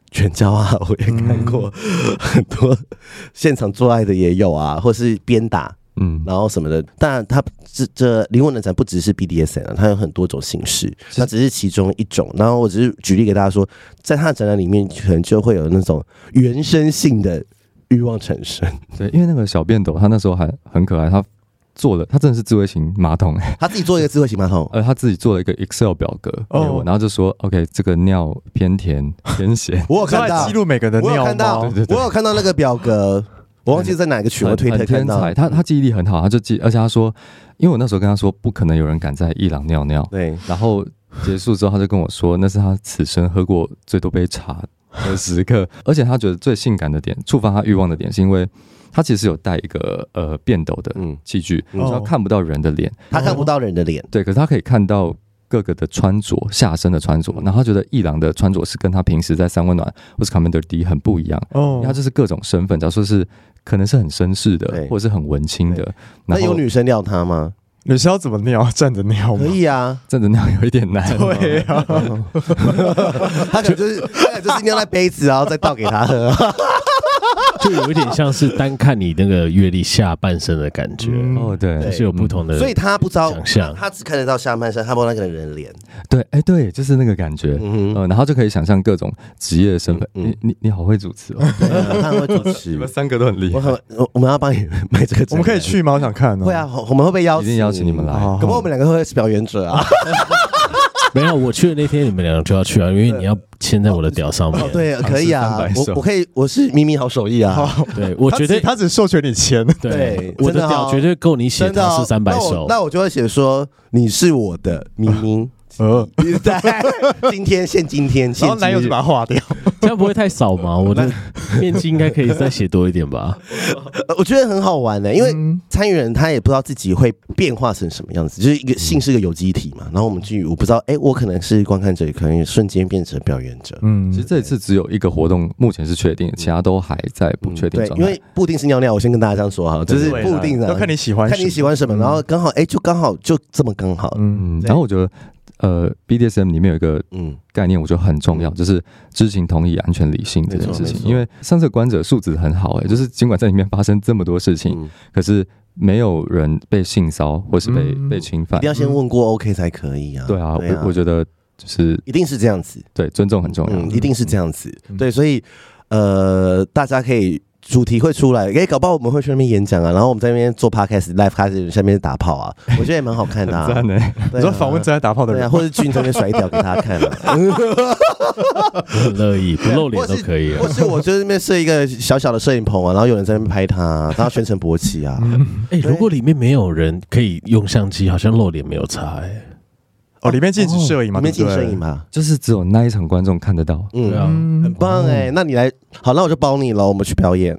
全交啊，我也看过很多现场做爱的也有啊，或是鞭打，然后什么的。当然，它这灵魂冷产不只是 BDSM 啊，它有很多种形式，它只是其中一种。然后我只是举例给大家说，在它的展览里面，可能就会有那种原生性的欲望产生。 对，因为那个小便斗，他那时候还很可爱，他真的是智慧型马桶， 他自己做一个智慧型马桶， 他自己做了一个 Excel 表格给我，然后就说 OK， 这个尿偏甜偏咸， 我有看到记录每个人的尿吗？ 我有看到那个表格。我忘记在哪个群，我推特看到。 他记忆力很好，他就记，而且他说，因为我那时候跟他说，不可能有人敢在伊朗尿尿。 对， 然后结束之后，他就跟我说，那是他此生喝过最多杯茶的时刻，而且他觉得最性感的点，触发他欲望的点，是因为他其实有带一个便斗的器具，他看不到人的脸， 他看不到人的脸， 对，可是他可以看到各个的穿着，下身的穿着，然后他觉得伊朗的穿着是跟他平时在三温暖或是 Commander D 很不一样，因为他就是各种身份，假如说是可能是很绅士的，或者是很文青的。 那有女生尿他吗？ 女生要怎么尿？站着尿吗？ 可以啊， 站着尿有一点难。 对啊， 他可能就是尿在杯子，然后再倒给他喝。 就有一点像是单看你那个月历下半身的感觉。 对， 是有不同的， 所以他不知道想象， 他只看得到下半身，他不知道那个人的脸。 对，对，就是那个感觉。然后就可以想象各种职业的身份。你好会主持哦， 他很会主持， 你们三个都很厉害。 我们要帮你买这个， 我们可以去吗？我想看。 会啊，我们会被邀请， 一定邀请你们来。 可能我们两个会是表演者啊。 没有，我去的那天你们两个就要去啊，因为你要牵在我的屌上面。 对，可以啊，我可以，我是咪咪好手艺啊。 对，我觉得他只授权你签。 对，我的屌绝对够你写他是300手。 那我就会写说你是我的咪咪。今天， 然后男友就把它划掉， 这样不会太少吗？我的面积应该可以再写多一点吧。 我觉得很好玩的，因为参与人他也不知道自己会变化成什么样子，就是一个性是个有机体嘛。然后我们我不知道，我可能是观看者，也可能瞬间变成表演者。 其实这一次只有一个活动目前是确定，其他都还在不确定状态。 对，因为布丁是尿尿，我先跟大家这样说哈，就是布丁的， 要看你喜欢什么，然后刚好，就这么刚好。 然后我觉得。BDSM 里面有一个概念，我觉得很重要，就是知情同意、安全理性这件事情。因为上次观者素质很好，就是尽管在里面发生这么多事情，可是没有人被性骚或是被侵犯， 一定要先问过 OK 才可以啊。 对啊，我觉得就是一定是这样子。 对，尊重很重要， 一定是这样子。对，所以大家可以。主题会出来，搞不好我们会去那边演讲啊，然后我们在那边做 podcast live， 开始下面打炮啊，我觉得也蛮好看的啊。 你说访问正在打炮的人， 或者俊在那边甩屌给大家看啊。 我很乐意，不露脸都可以啊。 或是我就在那边设一个小小的摄影棚啊，然后有人在那边拍他，然后全程勃起啊。 如果里面没有人可以用相机，好像露脸没有差里面禁止摄影嘛？ 里面禁止摄影嘛？ 就是只有那一场观众看得到。 对啊， 很棒那你来，好，那我就包你了，我们去表演。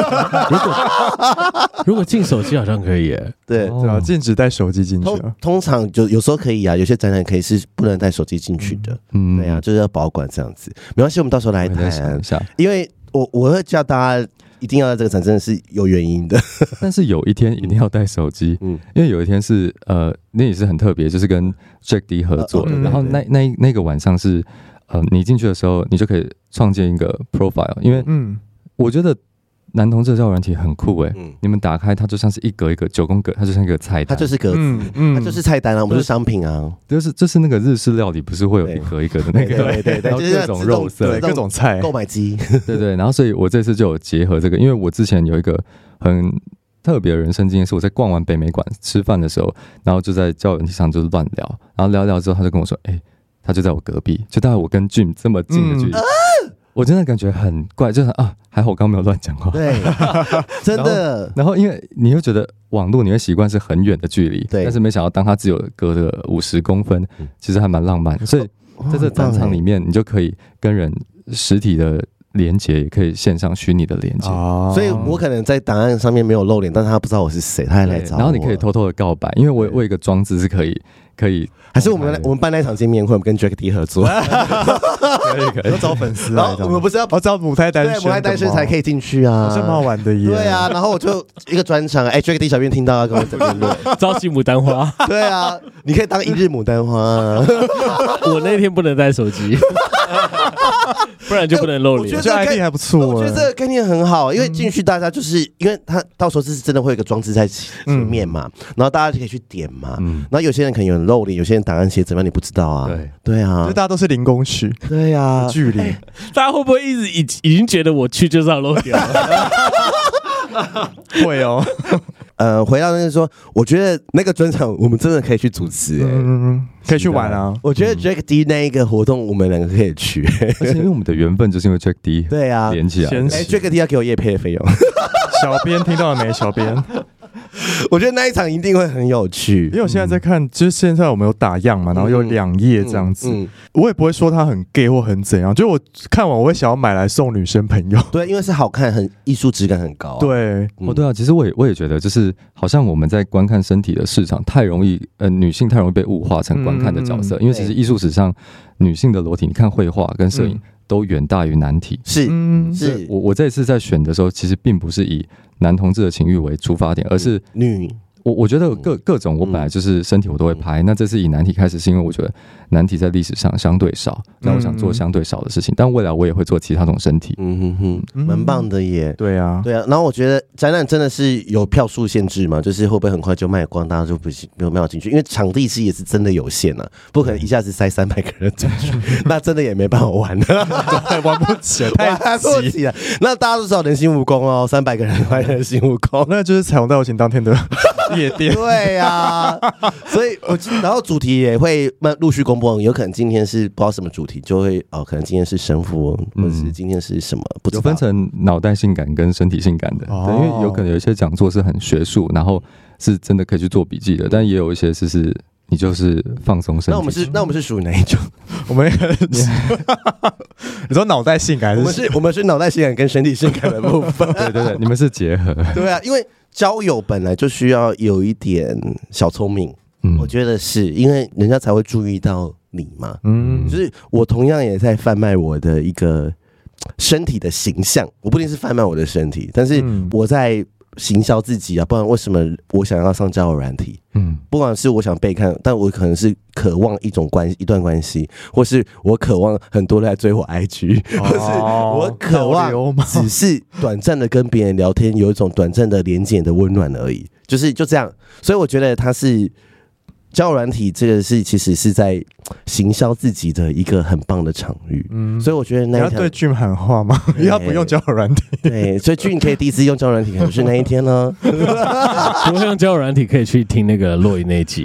如果进手机好像可以对啊，禁止带手机进去。 通常就有时候可以啊，有些展览可以是不能带手机进去的。对啊，就是要保管这样子。没关系，我们到时候来谈。因为我会叫大家。一定要在这个展，真的是有原因的。 但是有一天一定要带手机，因为有一天是那也是很特别，就是跟 Jack D 合作的。然后那个晚上是你进去的时候，你就可以创建一个 profile， 因为我觉得男同志的交友软体很酷你们打开它就像是一格一个9宫格，它就像一个菜单， 它就是格子，它就是菜单啊，不是商品啊， 就是那个日式料理不是会有一格一格的那个， 对， 然后各种肉色、 各种菜， 购买机， 对，然后所以我这次就有结合这个，因为我之前有一个很特别的人生经验，是我在逛完北美馆吃饭的时候，然后就在交友软体上就是乱聊，然后聊之后他就跟我说，他就在我隔壁，就大概我跟 Jim 这么近的距离。我真的感觉很怪，就是还好我刚没有乱讲话。 对，真的。 然后因为你会觉得网络你会习惯是很远的距离， 对。 但是没想到当它只有隔了50公分，其实还蛮浪漫。所以在这展场里面，你就可以跟人实体的连接，也可以线上虚拟的连接。 所以我可能在档案上面没有露脸，但是他不知道我是谁，他还来找我。 然后你可以偷偷的告白，因为我有一个装置是可以， 还是我们办那场见面会，我们跟 Jack D 合作， 可以找粉丝来。 我们不是要找母胎单身， 对，母胎单身才可以进去啊， 好像蛮好玩的耶。 对啊，然后我就一个专场，Jack D 小编听到要跟我这边录， 召集牡丹花。 对啊，你可以当一日牡丹花。 我那天不能带手机。 不然就不能露脸。 我觉得 ID 还不错， 我觉得这个概念很好，因为进去大家就是因为他到时候是真的会有一个装置在前面嘛，然后大家就可以去点嘛，然后有些人可能有人露脸，有些人答案写怎么样你不知道啊，对啊， 就大家都是零工区， 对啊， 距离， 大家会不会已经觉得我去就是要露脸了？ 会哦。 回到那个说，我觉得那个专场我们真的可以去主持， 可以去玩啊。 我觉得 Jack D 那一个活动，我们两个可以去， 而且因为我们的缘分就是因为 Jack D 对啊连起来。 Jack D 要给我业配的费用， 小编听到了没？小编， 我觉得那一场一定会很有趣， 因为我现在在看，就是现在我们有打样嘛，然后有2页这样子，我也不会说它很 gay 或很怎样，就我看完我会想要买来送女生朋友， 对，因为是好看，很艺术质感很高， 对， 对啊，其实我也觉得，就是好像我们在观看身体的市场太容易，女性太容易被物化成观看的角色，因为其实艺术史上女性的裸体，你看绘画跟摄影都远大于男体， 是， 我这一次在选的时候，其实并不是以男同志的情欲为出发点，而是女。 我觉得各种我本来就是身体我都会拍，那这次以男体开始是因为我觉得男体在历史上相对少，那我想做相对少的事情，但未来我也会做其他种身体。 蛮棒的耶。 对啊， 对啊。然后我觉得展览真的是有票数限制嘛，就是会不会很快就卖光，大家就没有办法进去，因为场地是也是真的有限啊，不可能一下子塞300个人进去，那真的也没办法玩了， 玩不起了，太挤了。那大家都知道人心蜈蚣哦，300个人玩人心蜈蚣， 那就是彩虹大游行当天的夜店。 对呀，所以然后主题也会陆续公布，有可能今天是不知道什么主题，就会可能今天是神父，或者是今天是什么，不知道。 有分成脑袋性感跟身体性感的，对，因为有可能有一些讲座是很学术，然后是真的可以去做笔记的，但也有一些是你就是放松身体。 那我们是属于哪一种？ 我们你说脑袋性感还是？ 我们是脑袋性感跟身体性感的部分。 对，你们是结合。 对啊，因为交友本来就需要有一点小聪明，我觉得是因为人家才会注意到你嘛。就是我同样也在贩卖我的一个身体的形象，我不一定是贩卖我的身体，但是我在行销自己啊，不然为什么我想要上交友软体？不管是我想被看，但我可能是渴望一段关系，或是我渴望很多人来追我 IG，或是我渴望只是短暂的跟别人聊天，有一种短暂的连接的温暖而已，就这样。所以我觉得它是交友软体这个是其实是在行销自己的一个很棒的场域，所以我觉得那一天你要对Jim喊话吗？你要不用交友软体？ 对，所以Jim可以第一次用交友软体，可能是那一天呢。 不会用交友软体，可以去听那个洛伊那一集。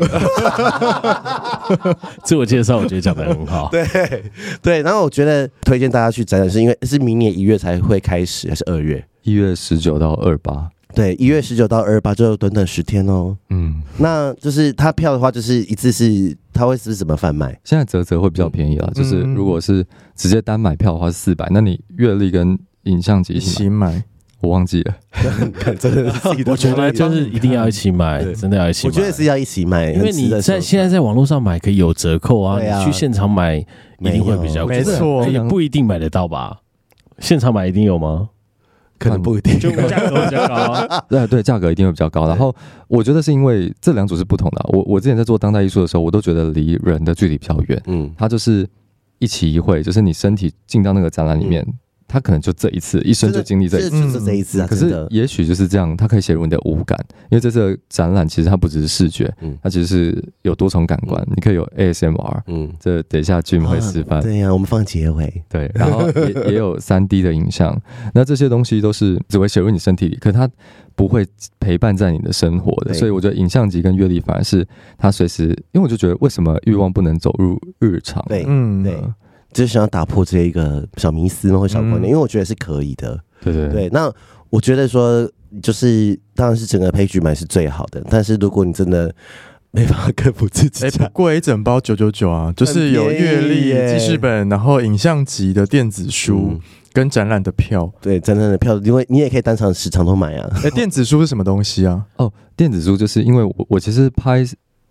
自我介绍，我觉得讲得很好。 对，然后我觉得推荐大家去展览，是因为是明年1月才会开始，还是2月 ？1月19到28。对 ，1月19到28就短短10天哦。那就是他票的话，就是一次是他会是怎么贩卖？ 现在折会比较便宜啦，就是如果是直接单买票的话是400，那你阅历跟影像集一起买，我忘记了。 真的是， 我觉得就是一定要一起买，真的要一起买。 我觉得是要一起买， 因为你现在在网络上买可以有折扣啊，你去现场买一定会比较贵， 没错， 也不一定买得到吧？现场买一定有吗？ 可能不一定， 就价格比较高啊。 对，价格一定会比较高。然后我觉得是因为这两组是不同的。我之前在做当代艺术的时候，我都觉得离人的距离比较远。它就是一期一会，就是你身体进到那个展览里面。他可能就这一次，一生就经历这一次啊。 可是也许就是这样，它可以写入你的五感，因为这次的展览其实它不只是视觉，它其实是有多重感官，你可以有 ASMR，这等一下Jim会示范。 对呀，我们放结尾。 对，然后也有3D 的影像，那这些东西都是只会写入你身体里，可是它不会陪伴在你的生活的，所以我觉得影像集跟阅历反而是它随时，因为我就觉得为什么欲望不能走入日常？ 对，对。就是想要打破这一个小迷思或小观念，因为我觉得是可以的。对，那我觉得说，就是当然是整个配局买是最好的，但是如果你真的没办法克服自己， 不贵，一整包999啊，就是有阅历、记事本，然后影像集的电子书。跟展览的票， 对展览的票，因为你也可以单场10场都买啊。 电子书是什么东西啊？ 电子书就是因为我其实拍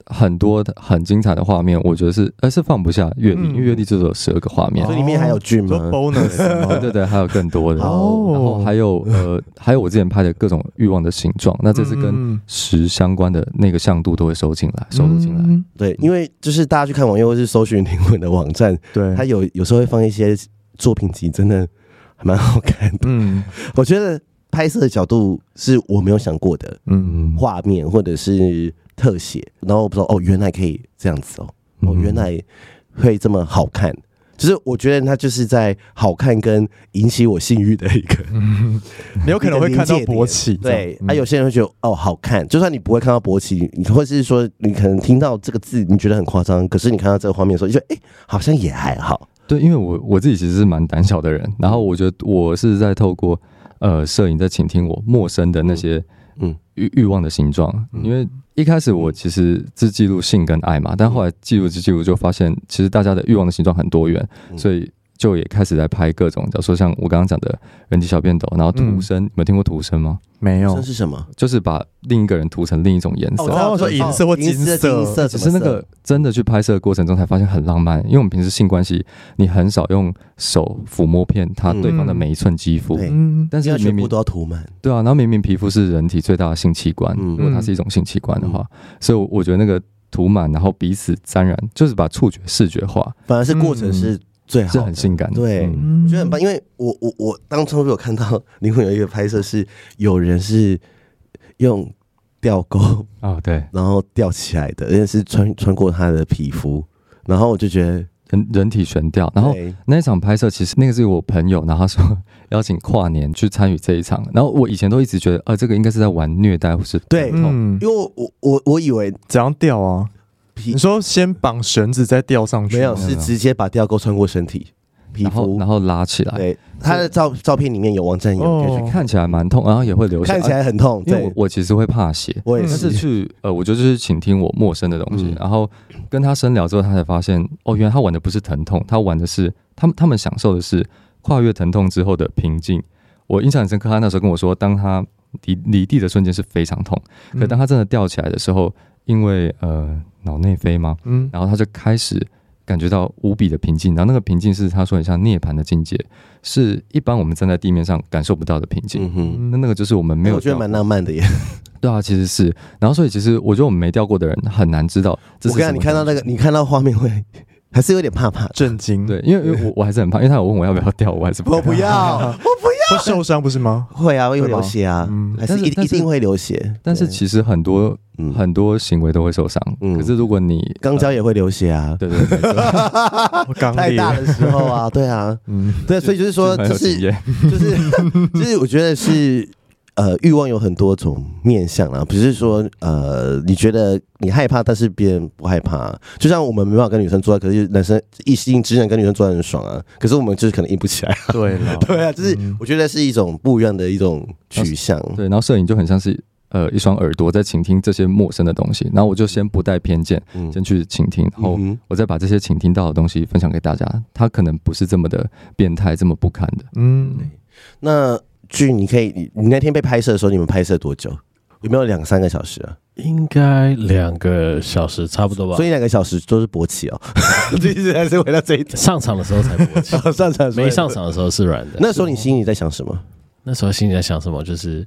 很多很精彩的画面，我觉得是放不下月历，因为月历就有12个画面， 所以里面还有剧吗 ？bonus 对，还有更多的。然后还有我之前拍的各种欲望的形状，那这是跟10相关的那个向度都会收录进来。 对，因为就是大家去看网页或是搜寻灵魂的网站，对，它有时候会放一些作品集，真的还蛮好看的。我觉得拍摄的角度是我没有想过的，画面或者是特写，然后我不知道原来可以这样子原来会这么好看。就是我觉得它就是在好看跟引起我性欲的一个， 你有可能会看到勃起， 对，有些人会觉得好看，就算你不会看到勃起，你或是说你可能听到这个字，你觉得很夸张，可是你看到这个画面的时候，你就觉得好像也还好。 对，因为我自己其实是蛮胆小的人，然后我觉得我是在透过摄影在倾听我陌生的那些欲望的形状，因为一开始我其实是记录性跟爱嘛，但后来记录就发现，其实大家的欲望的形状很多元，所以就也开始在拍各种，假如说像我刚刚讲的人体小便斗，然后涂身，你们听过涂身吗？ 没有， 这是什么？ 就是把另一个人涂成另一种颜色， 说银色或金色， 只是那个真的去拍摄的过程中才发现很浪漫，因为我们平时性关系，你很少用手抚摸遍他对方的每一寸肌肤，但是全部都要涂满， 对啊，然后明明皮肤是人体最大的性器官，如果它是一种性器官的话，所以我觉得那个涂满，然后彼此沾染，就是把触觉视觉化， 反而是过程是最好的， 是很性感的。 对，我觉得很棒，因为我当初有看到灵魂有一个拍摄是有人是用吊钩对， 然后吊起来的，而且是穿过他的皮肤，然后我就觉得人体悬吊。然后那一场拍摄其实那个是我朋友，然后他说邀请跨年去参与这一场，然后我以前都一直觉得这个应该是在玩虐待或是对，因为我以为怎样吊啊？你说先绑绳子再吊上去？ 没有，是直接把吊钩穿过身体皮肤， 然后拉起来。 对，他的照片里面有网站有， 看起来蛮痛，然后也会流血， 看起来很痛。 因为我其实会怕血， 我也是。 但是我就是倾听我陌生的东西，然后跟他深聊之后，他才发现原来他玩的不是疼痛，他玩的是他们享受的是跨越疼痛之后的平静。我印象很深刻，他那时候跟我说，当他离地的瞬间是非常痛，可当他真的吊起来的时候，因为脑内啡嘛，然后他就开始感觉到无比的平静，然后那个平静是他说很像涅槃的境界，是一般我们站在地面上感受不到的平静。那个就是我们没有， 我觉得蛮浪漫的耶。 对啊，其实是。然后所以其实我觉得我们没钓过的人很难知道这是什么。 我看到那个，你看到画面会还是有点怕震惊。 对，因为我还是很怕，因为他有问我要不要钓，我还是我不要。 会受伤不是吗？ 会啊，会流血啊，还是一定会流血。 但是其实很多行为都会受伤。可是如果你肛交也会流血啊， 对， 太大的时候啊，对啊，对，所以就是说，就是我觉得是欲望有很多种面向啦，不是说你觉得你害怕，但是别人不害怕。就像我们没办法跟女生做爱，可是男生异性直男跟女生做爱很爽啊，可是我们就是可能硬不起来。 对了， 对啊，就是我觉得是一种不一样的一种取向。 对，然后摄影就很像是一双耳朵在倾听这些陌生的东西，然后我就先不带偏见，先去倾听，然后我再把这些倾听到的东西分享给大家。他可能不是这么的变态，这么不堪的。 那据你那天被拍摄的时候，你们拍摄多久？有没有2-3个小时啊？ 应该2个小时差不多吧。 所以2个小时都是勃起哦。其实还是回到这一点， 上场的时候才勃起，没上场的时候是软的。 那时候你心里在想什么？ 那时候心里在想什么？就是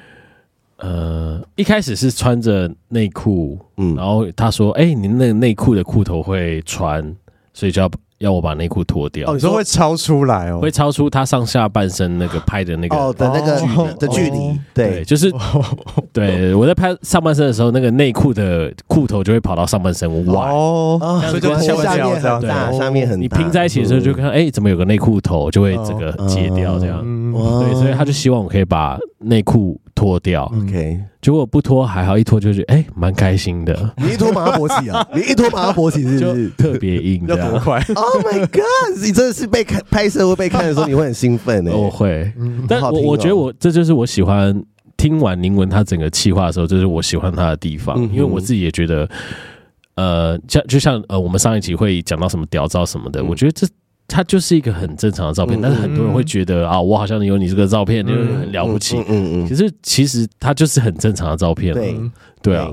一开始是穿着内裤，然后他说：“你那个内裤的裤头会穿，所以就要我把内裤脱掉。” 你说会超出来哦， 会超出他上下半身那个拍的那个的那个的距离，对， 就是对我在拍上半身的时候，那个内裤的裤头就会跑到上半身外， 所以就下面很大，下面很大。 你拼在一起的时候就看，怎么有个内裤头，就会整个解掉这样。对，所以他就希望我可以把内裤脱掉。 OK， 结果不脱还好，一脱就觉得蛮开心的。 你一脱马上勃起啊？你一脱马上勃起是不是特别硬？ 要多快 ？Oh my god！ 你真的是被拍摄或被看的时候，你会很兴奋我会，但我觉得这就是我喜欢听完灵文他整个企划的时候，这是我喜欢他的地方，因为我自己也觉得，就像我们上一集会讲到什么屌照什么的，我觉得它就是一个很正常的照片，但是很多人会觉得我好像有你这个照片，就很了不起。可是其实它就是很正常的照片。 对啊，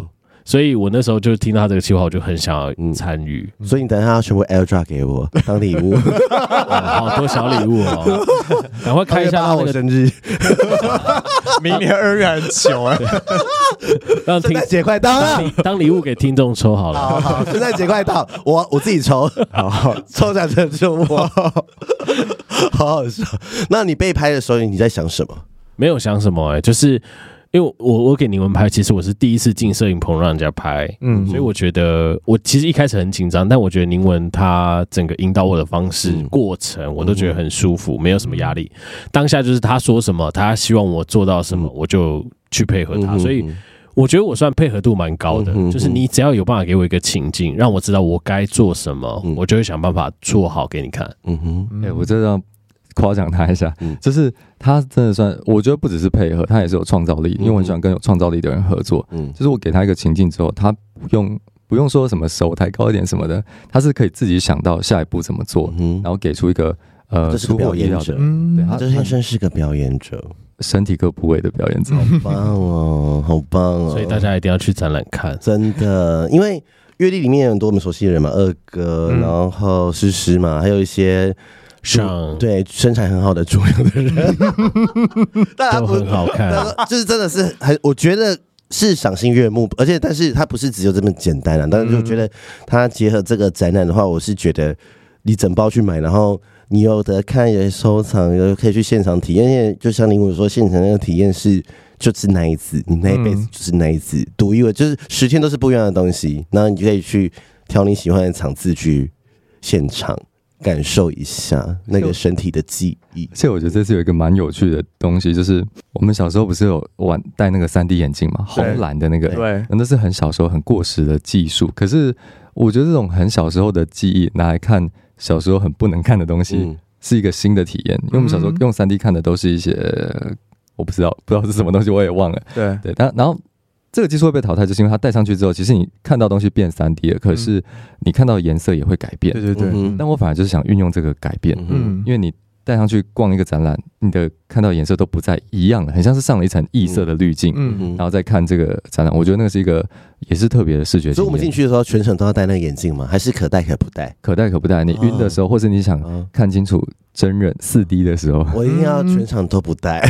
所以我那时候就听到他这个计划，我就很想要参与。 所以你等一下全部 AirDrop 给我当礼物， 好多小礼物哦，赶快看一下我生日， 明年2月很久哎， 让圣诞节快到了， 当礼物给听众抽好了。 好，圣诞节快到，我自己抽，好，抽奖的就我，好好笑。那你被拍的时候你在想什么？ 没有想什么就是因为我给宁文拍，其实我是第一次进摄影棚让人家拍，所以我觉得我其实一开始很紧张，但我觉得宁文他整个引导我的方式、过程，我都觉得很舒服，没有什么压力。当下就是他说什么，他希望我做到什么，我就去配合他，所以我觉得我算配合度蛮高的，就是你只要有办法给我一个情境，让我知道我该做什么，我就会想办法做好给你看。 我这样夸奖他一下，就是他真的算，我觉得不只是配合，他也是有创造力，因为我很喜欢跟有创造力的人合作。就是我给他一个情境之后，他不用说什么手抬高一点什么的，他是可以自己想到下一步怎么做，然后给出一个出乎我意料的， 对，他天生是个表演者， 身体各部位的表演者， 好棒哦，好棒哦！ 所以大家一定要去展览看， 真的，因为乐队里面有很多我们熟悉的人嘛，二哥，然后诗诗嘛，还有一些。对身材很好的主流的人， 都很好看， 就是真的是很，我觉得是赏心悦目，但是它不是只有这么简单啊。但是我觉得它结合这个展览的话，我是觉得你整包去买，然后你有的看，有的收藏，有的可以去现场体验。因为就像林武说，现场那个体验是就是那一次，你那一辈子就是那一次，独一无二，就是10天都是不一样的东西，然后你就可以去挑你喜欢的场次去现场。感受一下那个身体的记忆， 而且我觉得这次有一个蛮有趣的东西，就是我们小时候不是有戴那个3D 眼镜嘛，红蓝的那个， 对， 那是很小时候很过时的技术。可是我觉得这种很小时候的记忆拿来看小时候很不能看的东西，是一个新的体验。因为我们小时候用3D 看的都是一些我不知道是什么东西，我也忘了。对，然后。这个技术会被淘汰，就是因为它戴上去之后，其实你看到东西变3D 了，可是你看到的颜色也会改变。对。但我反而就是想运用这个改变，因为你戴上去逛一个展览，你的看到的颜色都不再一样了，很像是上了一层异色的滤镜，然后再看这个展览，我觉得那个是一个也是特别的视觉经验。 所以我们进去的时候，全程都要戴那个眼镜吗？还是可戴可不戴？ 可戴可不戴。你晕的时候，或是你想看清楚真人4D 的时候， 我一定要全场都不戴。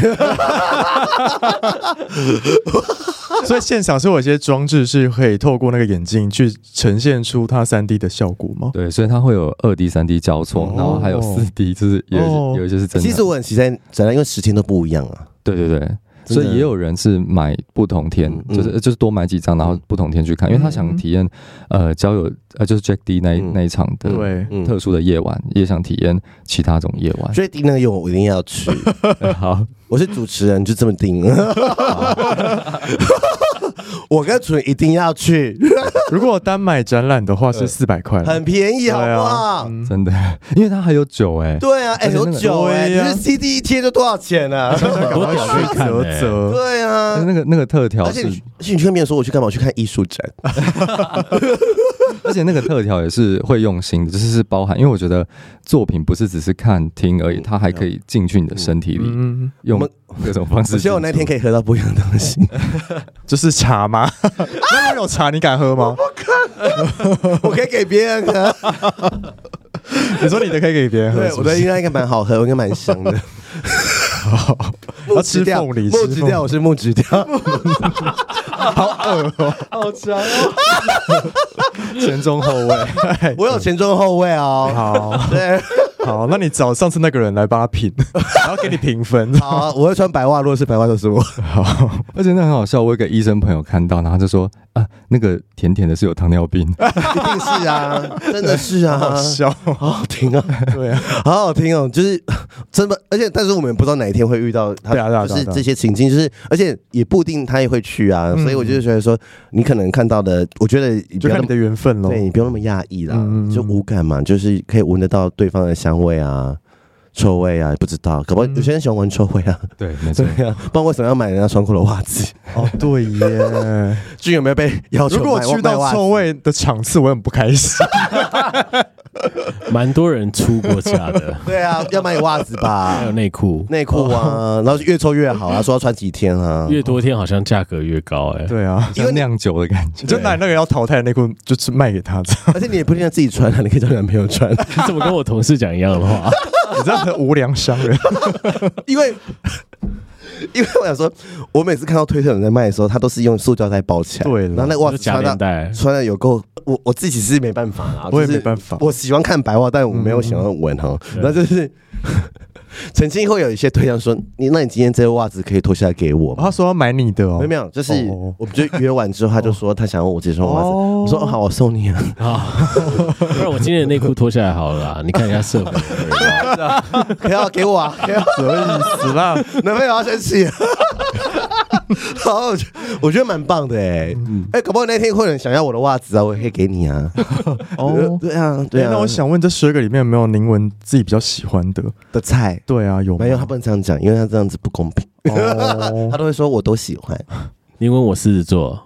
所以现场是有一些装置是可以透过那个眼镜去呈现出它3D 的效果吗？ 对，所以它会有2D、3D 交错，然后还有4D，就是有一些是真的。 其实我很期待展览，因为10天都不一样啊。 对，所以也有人是买不同天，就是多买几张，然后不同天去看，因为他想体验交友就是 Jack D 那一场的特殊的夜晚，也想体验其他种夜晚。 Jack D 那个夜晚我一定要去。 好， 我是主持人，就这么定。我跟楚一定要去。 如果单买展览的话是400块， 很便宜，好不好？ 真的，因为它还有酒对啊，有酒你是 CD 一贴就多少钱啊？ 多屌去看对啊， 那个特调， 而且你去跟别人说我去干嘛？我去看艺术展。 而且那个特调也是会用心的，就是包含，因为我觉得作品不是只是看听而已，它还可以进去你的身体里，用各种方式。 我希望我那天可以喝到不一样的东西， 就是茶吗？那边有茶，你敢喝吗？ 我不敢，我可以给别人喝。 你说你的可以给别人喝， 对，我的应该蛮好喝，我应该蛮香的。 要吃凤梨， 木质调，我是木质调。 好恶哦， 好强哦！ 前中后卫， 我有前中后卫哦。 好， 对， 好，那你找上次那个人来帮他评，然后给你评分。 好，我会穿白袜，如果是白袜就是我。 好，而且那很好笑，我有个医生朋友看到，然后他就说啊，那个甜甜的是有糖尿病， 一定是啊，真的是啊， 好笑， 好好听啊， 对啊， 好好听哦，就是真的，而且但是我们不知道哪一天会遇到他，就是这些情境，就是而且也不一定他也会去啊，所以我就觉得说，你可能看到的，我觉得就看你的缘分咯， 对你不用那么压抑啦，就无感嘛，就是可以闻得到对方的香味啊， 臭味啊，不知道，搞不好有些人喜欢闻臭味啊。 对，没错。 对啊，不然为什么要买人家穿过的袜子？ 哦，对耶。 君有没有被要求？ 如果我去到臭味的场次，我很不开心。 蛮多人出过家的。 对啊，要买袜子吧， 还有内裤啊，然后越臭越好啊，说要穿几天啊， 越多天好像价格越高哎。 对啊， 因为酿酒的感觉， 就拿那个要淘汰的内裤，就是卖给他。 而且你也不一定要自己穿啊，你可以叫男朋友穿。 你怎么跟我同事讲一样的话？ 你这样很无良商人。 因为我想说，我每次看到推特有人在卖的时候，他都是用塑胶袋包起来， 对， 然后那个袜子夹链带穿的有够，我自己是没办法啦， 我也没办法。 我喜欢看白袜，但我没有喜欢闻哈。然后就是曾经会有一些对象说，那你今天这个袜子可以脱下来给我吗？ 他说要买你的哦， 没有，就是我们就约完之后，他就说他想要我这双袜子，我说好，我送你啊。 不然我今天的内裤脱下来好了啦，你看一下设备。 不要给我啊！ 什么意思啦？ 男朋友要生气。好，我觉得蛮棒的搞不好那天会有人想要我的袜子啊，我也可以给你啊。 哦， 对啊。 那我想问，这12个里面有没有宁文自己比较喜欢的菜？对啊，有没有？他不能这样讲，因为他这样子不公平。他都会说我都喜欢。 宁文我狮子座。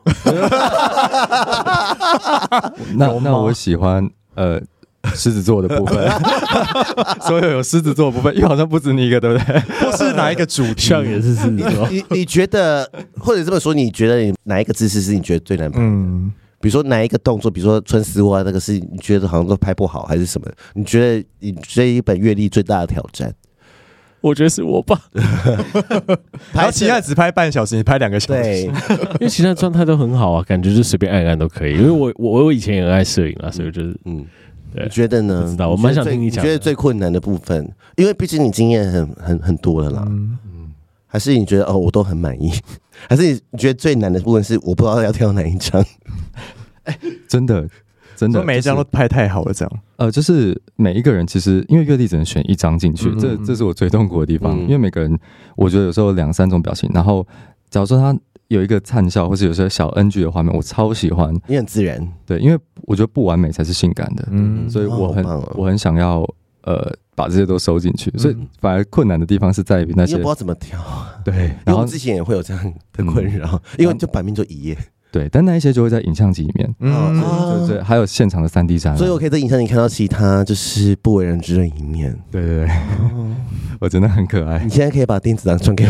那我喜欢狮子座的部分，所有狮子座的部分，因为好像不止你一个，对不对？ 或是哪一个主题？ 像也是狮子座。 你觉得，或者这么说，你觉得你哪一个姿势是你觉得最难拍的？比如说哪一个动作，比如说穿丝袜那个是你觉得好像都拍不好，还是什么？你觉得你这一本阅历最大的挑战？ 我觉得是我吧。 然后其他只拍半小时，你拍2个小时。 对， 因为其他状态都很好啊，感觉就随便按按都可以。因为我以前也很爱摄影啦，所以就是你觉得呢？ 不知道，我蛮想听你讲。 你觉得最困难的部分，因为毕竟你经验很多了啦。还是你觉得我都很满意？还是你觉得最难的部分是我不知道要挑哪一张？ 真的， 说每一张都拍太好了，这样。 就是每一个人其实因为阅历只能选1张进去，这是我最痛苦的地方。因为每个人，我觉得有时候2、3种表情，然后假如说他有一个灿笑，或是有些小 NG 的画面，我超喜欢。 你很自然， 对，因为我觉得不完美才是性感的，所以我很想要把这些都收进去。所以反而困难的地方是在于那些你不知道怎么挑。 对， 然后我之前也会有这样的困扰，因为就版面就一页。 对，但那一些就会在影像集里面，对，还有现场的3D 展览， 所以我可以在影像里看到其他就是不为人知的一面。 对，我真的很可爱。 你现在可以把电子档传给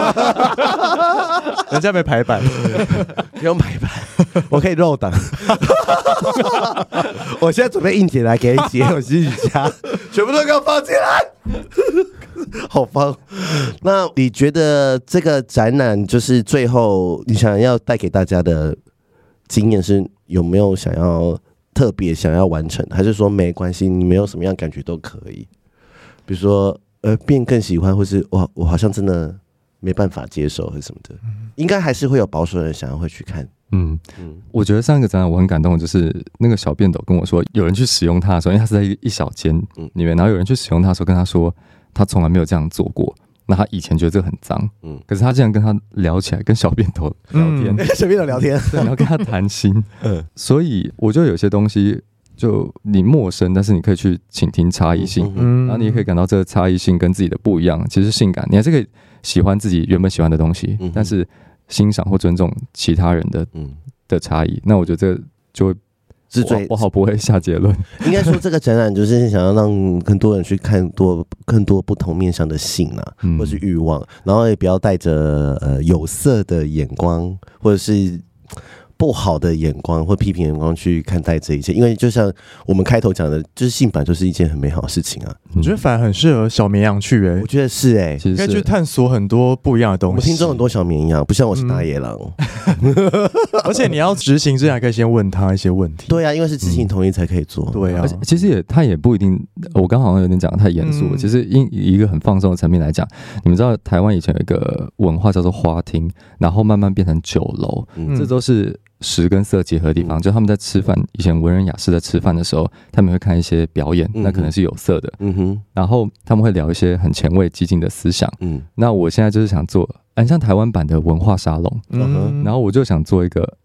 我， 人家没排版， 不用排版，我可以肉档。我现在准备硬碟来给你截我自己家，全部都给我放进来。好棒！那你觉得这个展览就是最后你想要带给大家的经验是有没有想要特别想要完成，还是说没关系，你没有什么样感觉都可以？比如说变更喜欢，或是我好像真的没办法接受，或者什么的，应该还是会有保守人想要会去看。 我觉得上一个展览我很感动的就是那个小便斗跟我说，有人去使用它的时候，因为它是在一小间里面，然后有人去使用它的时候跟他说，他从来没有这样做过。那他以前觉得这个很脏，可是他竟然跟他聊起来，跟小便斗聊天， 小便斗聊天， 对，然后跟他谈心，所以我觉得有些东西就你陌生，但是你可以去倾听差异性，然后你也可以感到这个差异性跟自己的不一样，其实是性感，你还是可以喜欢自己原本喜欢的东西，但是欣赏或尊重其他人的差异，那我觉得这就会。我好不会下结论。 应该说，这个展览就是想要让更多人去看更多不同面向的性啊，或是欲望，然后也不要带着有色的眼光，或者是不好的眼光或批评眼光去看待这一切。因为就像我们开头讲的，就是性本来就是一件很美好的事情啊。 我觉得反而很适合小绵羊去我觉得是应该去探索很多不一样的东西。 我们听众很多小绵羊，不像我是大野狼。 而且你要执行之前，还可以先问他一些问题。 对啊，因为是知情同意才可以做。 对啊， 而且其实他也不一定。我刚好像有点讲得太严肃了。其实以一个很放松的层面来讲，你们知道台湾以前有一个文化叫做花厅，然后慢慢变成酒楼，这都是食跟色结合的地方。就他们在吃饭，以前文人雅士在吃饭的时候，他们会看一些表演，那可能是有色的。然后他们会聊一些很前卫激进的思想。那我现在就是想做。像台湾版的文化沙龙，然后我就想做一个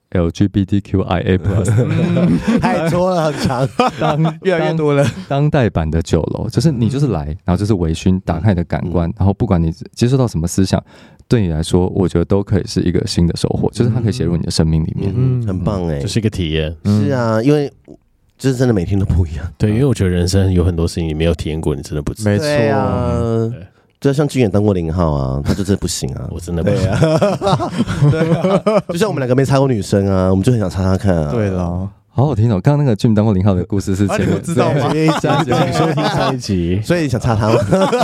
LGBTQIA+， 太多了，很长，越来越多了。 当代版的酒楼，就是你就是来，然后就是微醺，打开你的感官，然后不管你接受到什么思想，对你来说，我觉得都可以是一个新的收获，就是它可以写入你的生命里面， 很棒哎， 就是一个体验。 是啊，因为就是真的每天都不一样。 对，因为我觉得人生有很多事情你没有体验过，你真的不知道。 没错啊。就像君远当过0号啊，他就真的不行啊， 我真的不行。 对啊，就像我们2个没插过女生啊，我们就很想插看啊。 对啦， 好好听哦。刚刚那个君当过0号的故事是前面知道吗？ 请收听上一集， 所以你想插他吗？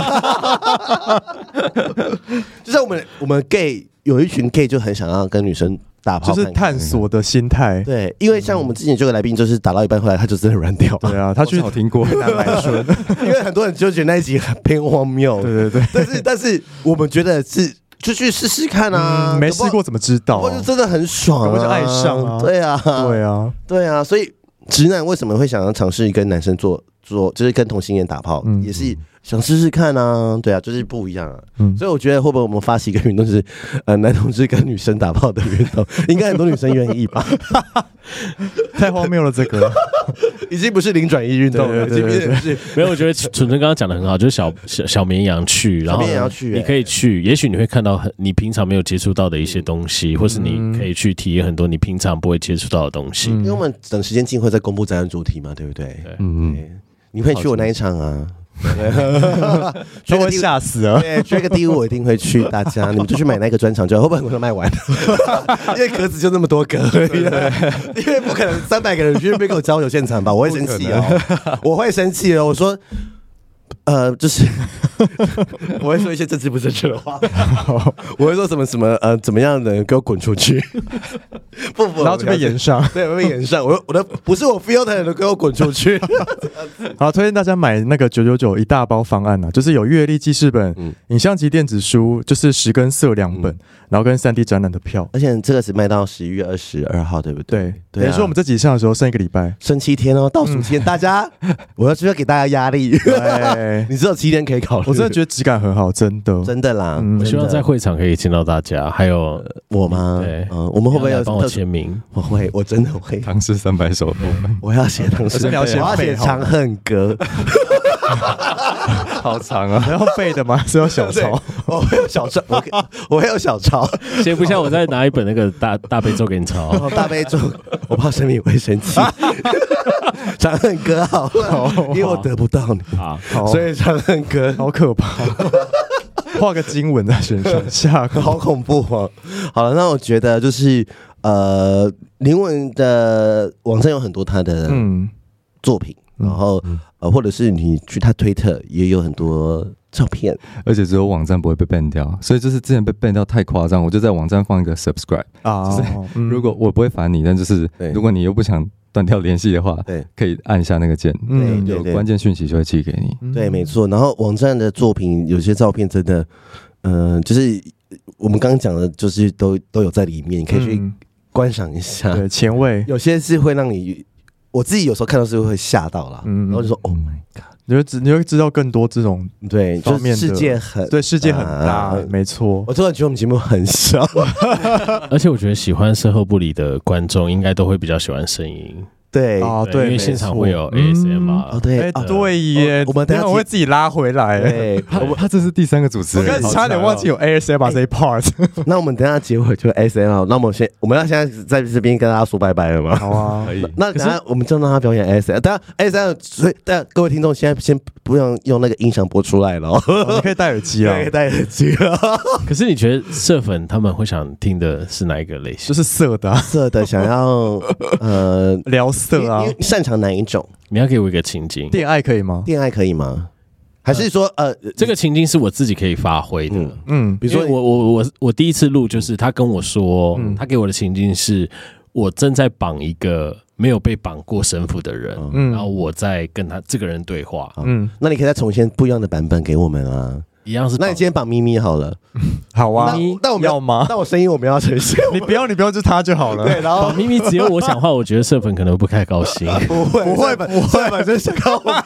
就像我们 gay 有一群 gay 就很想要跟女生打炮， 就是探索的心态。 对，因为像我们之前就有来宾，就是打到一半，后来他就真的软掉。 对啊，他去听过南来顺， 因为很多人就觉得那一集偏荒谬。 对对对， 但是我们觉得是就去试试看啊， 没试过怎么知道？ 我就真的很爽， 我就爱上啊。 对啊， 对啊， 对啊，所以直男为什么会想要尝试跟男生做，就是跟同性恋打炮，也是想试试看啊，对啊，就是不一样啊。所以我觉得会不会我们发起一个运动，就是男同志跟女生打炮的运动，应该很多女生愿意吧？ 太荒谬了，这个已经不是零转一运动了， 没有，我觉得纯纯刚刚讲的很好，就是小绵羊去，然后你可以去，也许你会看到你平常没有接触到的一些东西，或是你可以去体验很多你平常不会接触到的东西。 因为我们等时间近会再公布展览主题嘛，对不对？你会去我那一场啊？ 都会吓死了。 对，追个第5我一定会去，大家你们就去买那个专场就好，会不会很快卖完？因为格子就那么多格，因为不可能300个人去那边给我交流现场吧，我会生气哦，我会生气哦，我说。就是我会说一些政治不正确的话，我会说什么怎么样的人给我滚出去，不服， 然后就被延上， 对，被延上。我的不是我 feel 的人都给我滚出去。 好，推荐大家买那个999一大包方案啊，就是有阅历记事本、影像及电子书，就是10跟色2本，然后跟3D 展览的票， 而且这个只卖到11月22号，对不对？ 对，等于说我们这集上的时候剩1个礼拜， 剩7天哦，倒数7天，大家，我要给大家压力。你只有7天可以考虑。 我真的觉得质感很好，真的啦。 我希望在会场可以见到大家，还有我吗？ 对， 我们会不会帮我签名？ 我真的会。 唐诗300首， 我要写唐诗，我要写《长恨歌》。 好长啊！ 要背的吗？是要小抄？ 我会有小抄，我会有小抄。 先不像我再拿一本那个大悲咒给你抄。 大悲咒，我怕生命会生气。长恨歌好了，因为我得不到你，所以长恨歌好可怕。画个经文在身上，下课好恐怖哦。好了，那我觉得就是林文的网站有很多他的作品，然后或者是你去他推特也有很多照片， 而且只有网站不会被 ban 掉，所以就是之前被 ban 掉太夸张，我就在网站放一个 subscribe 啊，就是如果我不会烦你，但就是如果你又不想断掉联系的话，对，可以按下那个键，有关键讯息就会寄给你。 对，没错。然后网站的作品有些照片真的，就是我们刚刚讲的，就是都有在里面，你可以去观赏一下。 对，前卫， 有些是会让你，我自己有时候看到是会吓到啦，然后就说 Oh my God。 你会知道更多这种对方面的世界很大，没错。 我突然觉得我们节目很小， 而且我觉得喜欢售后部里的观众应该都会比较喜欢声音。 对啊，对， 因为现场会有 ASMR， 对耶， 我们等一下会自己拉回来。 对，他这是第3个主持人， 我刚才差点忘记有 ASMR 这一 part。 那我们等一下结尾就 ASMR， 那我们要现在在这边跟大家说拜拜了吗？ 好啊， 可以。 那等下我们就让他表演 ASMR， 当然 ASMR， 所以各位听众现在先不用用那个音响播出来了， 你可以戴耳机啊， 可以戴耳机了。 可是你觉得色粉他们会想听的是哪一个类型？ 就是色的， 色的想要聊色啊。 擅长哪一种？ 你要给我一个情境， 恋爱可以吗？ 恋爱可以吗？还是说这个情境是我自己可以发挥的？ 比如说我第一次录就是他跟我说，他给我的情境是我正在绑一个没有被绑过神父的人，然后我在跟他这个人对话。 那你可以再重现不一样的版本给我们啊。 一样是， 那你今天绑咪咪好了， 好啊。 那我们要吗？ 那我声音我们要呈现， 你不要就他就好了。 对，然后绑咪咪只有我讲话，我觉得社粉可能不太高兴。 不会，反正想靠我。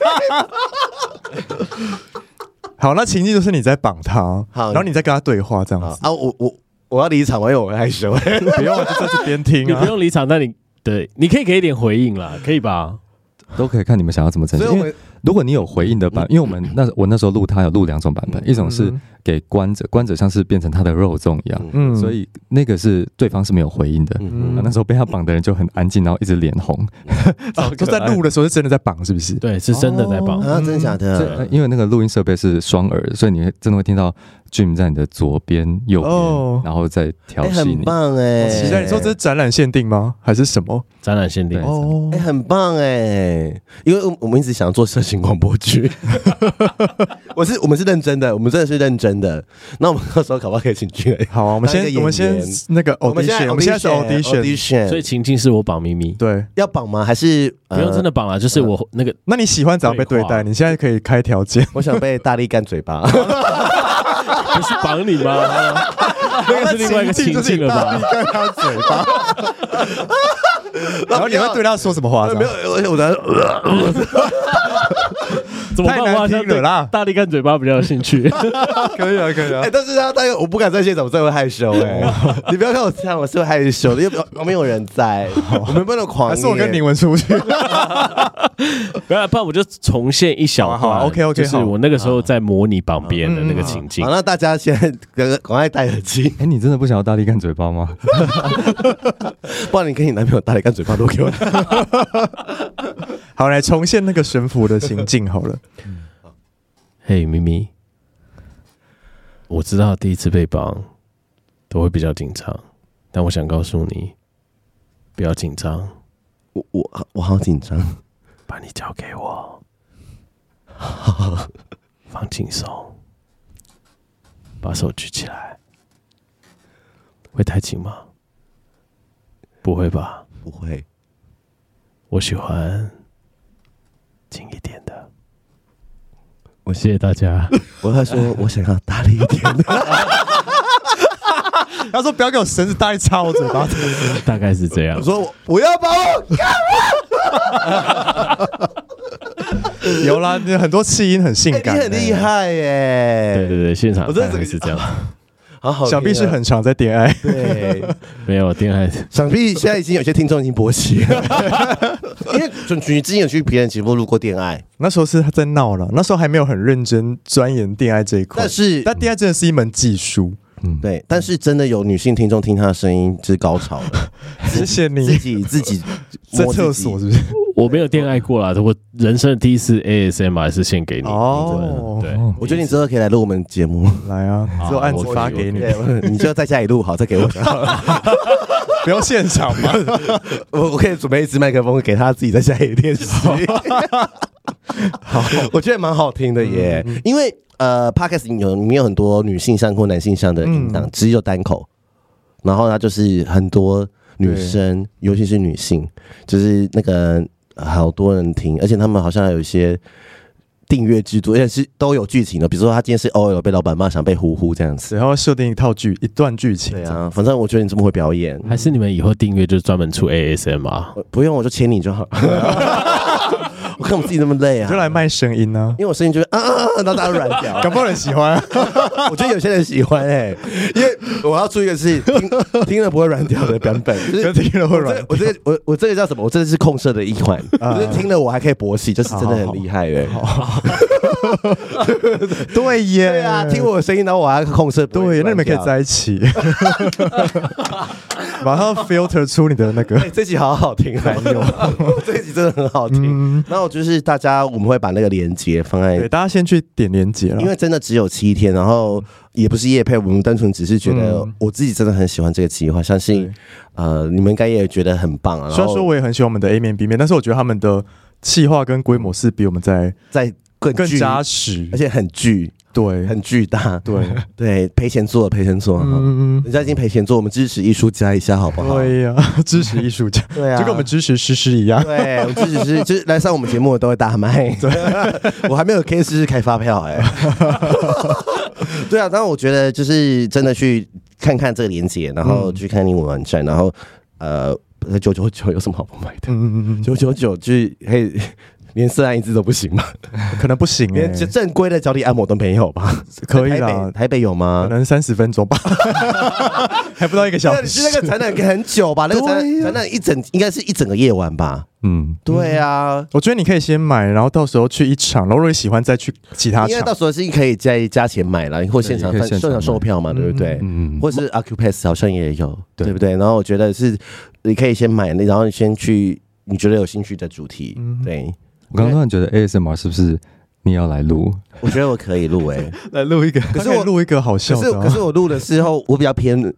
好，那情境就是你在绑他，然后你在跟他对话这样子啊。 我要离场吗？因为我会害羞。 不用，就在这边听啊。 你不用离场，但你可以给一点回应啦，可以吧？ 都可以看你们想要怎么呈现。因为如果你有回应的版，因为我那时候录他有录2种版本，一种是给观者像是变成他的肉粽一样，所以那个是对方是没有回应的。那时候被他绑的人就很安静，然后一直脸红。 都在录的时候是真的在绑，是不是？ 对，是真的在绑。 真的假的？ 因为那个录音设备是双耳，所以你真的会听到 Jim 在你的左边、右边，然后再调戏你。 很棒哎！ 期待你说这是展览限定吗？还是什么？ 展览限定哦，很棒哎！因为我们一直想要做色情广播剧，我们是认真的，我们真的是认真的。那我们到时候可不可以请进来？ 好啊，我们先那个 audition， 我们现在是 audition， 所以情境是我绑咪咪， 对， 要绑吗？还是不用真的绑啦？就是我那个， 那你喜欢怎样被对待？你现在可以开条件。 我想被大力干嘴巴， 不是绑你吗？那个是另外一个情境了吧？ 大力干他嘴巴。然后你会对他说什么话？ 没有，我在怎么办？我好像对大力干嘴巴比较有兴趣。 可以啊。 但是我不敢在现场，我真的会害羞你不要看我这样，我是会害羞的，因为旁边有人在，我们不能狂野。 还是我跟宁文出去？ 不然我就重现一小段。 OK， 就是我那个时候在模拟绑别人的那个情境。 好，那大家现在赶快戴耳机。 你真的不想要大力干嘴巴吗？ 不然你跟你男朋友大力干嘴巴都给我。 好，来重现那个神父的情境好了。 嘿，咪咪，我知道第一次被绑都会比较紧张，但我想告诉你，不要紧张。 我好紧张。 把你交给我，放轻松，把手举起来。会太紧吗？不会吧？ 不会。 我喜欢紧一点的。谢谢大家。 我要说，我想要大力一点的。 他说不要给我绳子大力插我嘴巴。 大概是这样。 我说不要把我干了。有啦，你很多气音很性感， 你很厉害耶！ 对，现场大概是这样。 好， 想必是很常在恋爱。 对， 没有恋爱。 想必现在已经有些听众已经勃起了，因为准局之前有去别人节目录过恋爱， 那时候是他在闹了，那时候还没有很认真钻研恋爱这一块。但恋爱真的是一门技术。 对，但是真的有女性听众听他的声音就是高潮的。 谢谢你。 自己在厕所是不是？ 我没有恋爱过啦，我人生的第一次 ASMR 是献给你。对， 我觉得你之后可以来录我们节目。 来啊，之后案子发给你， 你就在家里录好再给我。 不用现场吗？ 我可以准备一支麦克风给他自己在家里练习。好，我觉得蛮好听的耶，因为Podcast 里面有很多女性向或男性向的音档，只有单口，然后它就是很多女生，尤其是女性，就是那个好多人听，而且他们好像有一些订阅制度，而且是都有剧情的。比如说他今天是 OL 被老板骂，想被呼呼这样子， 然后设定一段剧情。 对啊，反正我觉得你这么会表演， 还是你们以后订阅就专门出 ASMR？ 不用，我就签你就好。我看我自己那么累啊， 就来卖声音呢， 因为我声音就是然后大家软掉， 搞不好人喜欢。 我觉得有些人喜欢因为我要注意的是听了不会软掉的版本，就是听了会软。 我这个叫什么？我这个是控色的一款，就是听了我还可以勃起，就是真的很厉害对耶， 对啊，听我的声音，然后我还控色， 对，那你们可以在一起，马上 filter 出你的那个。 这集好好听，这一集真的很好听。然后就是大家我们会把那个连结放在， 对，大家先去点连结了， 因为真的只有7天，然后也不是业配，我们单纯只是觉得我自己真的很喜欢这个计划，相信你们应该也觉得很棒啊。 虽然说我也很喜欢我们的 A 面 B 面，但是我觉得他们的企划跟规模是比我们在更扎实， 而且很对， 很巨大， 对， 赔钱做，人家已经赔钱做，我们支持艺术家一下好不好？ 对呀，支持艺术家， 对啊， 就跟我们支持诗诗一样， 对，我们支持就是来上我们节目的都会大卖，对，我还没有给诗诗开发票对啊，但是我觉得就是真的去看看这个连结，然后去看英文网站，然后999有什么好不买的？999就是可以连色按一次都不行吗？ 可能不行连正规的脚底按摩都没有吧？ 可以啦， 台北有吗？ 可能30分钟吧，还不到1个小时。 你去那个展览很久吧？那个展览应该是一整个夜晚吧？对啊， 我觉得你可以先买，然后到时候去一场，然后如果你喜欢再去其他场， 因为到时候是可以再加钱买了，或现场售票嘛，对不对？或是 Acupass 好像也有，对不对？然后我觉得是你可以先买，然后你先去你觉得有兴趣的主题。对， 我刚刚突然觉得 ASMR 是不是你要来录？ 我觉得我可以录来录一个，可是我录一个好笑的。 可是我录的时候我比较偏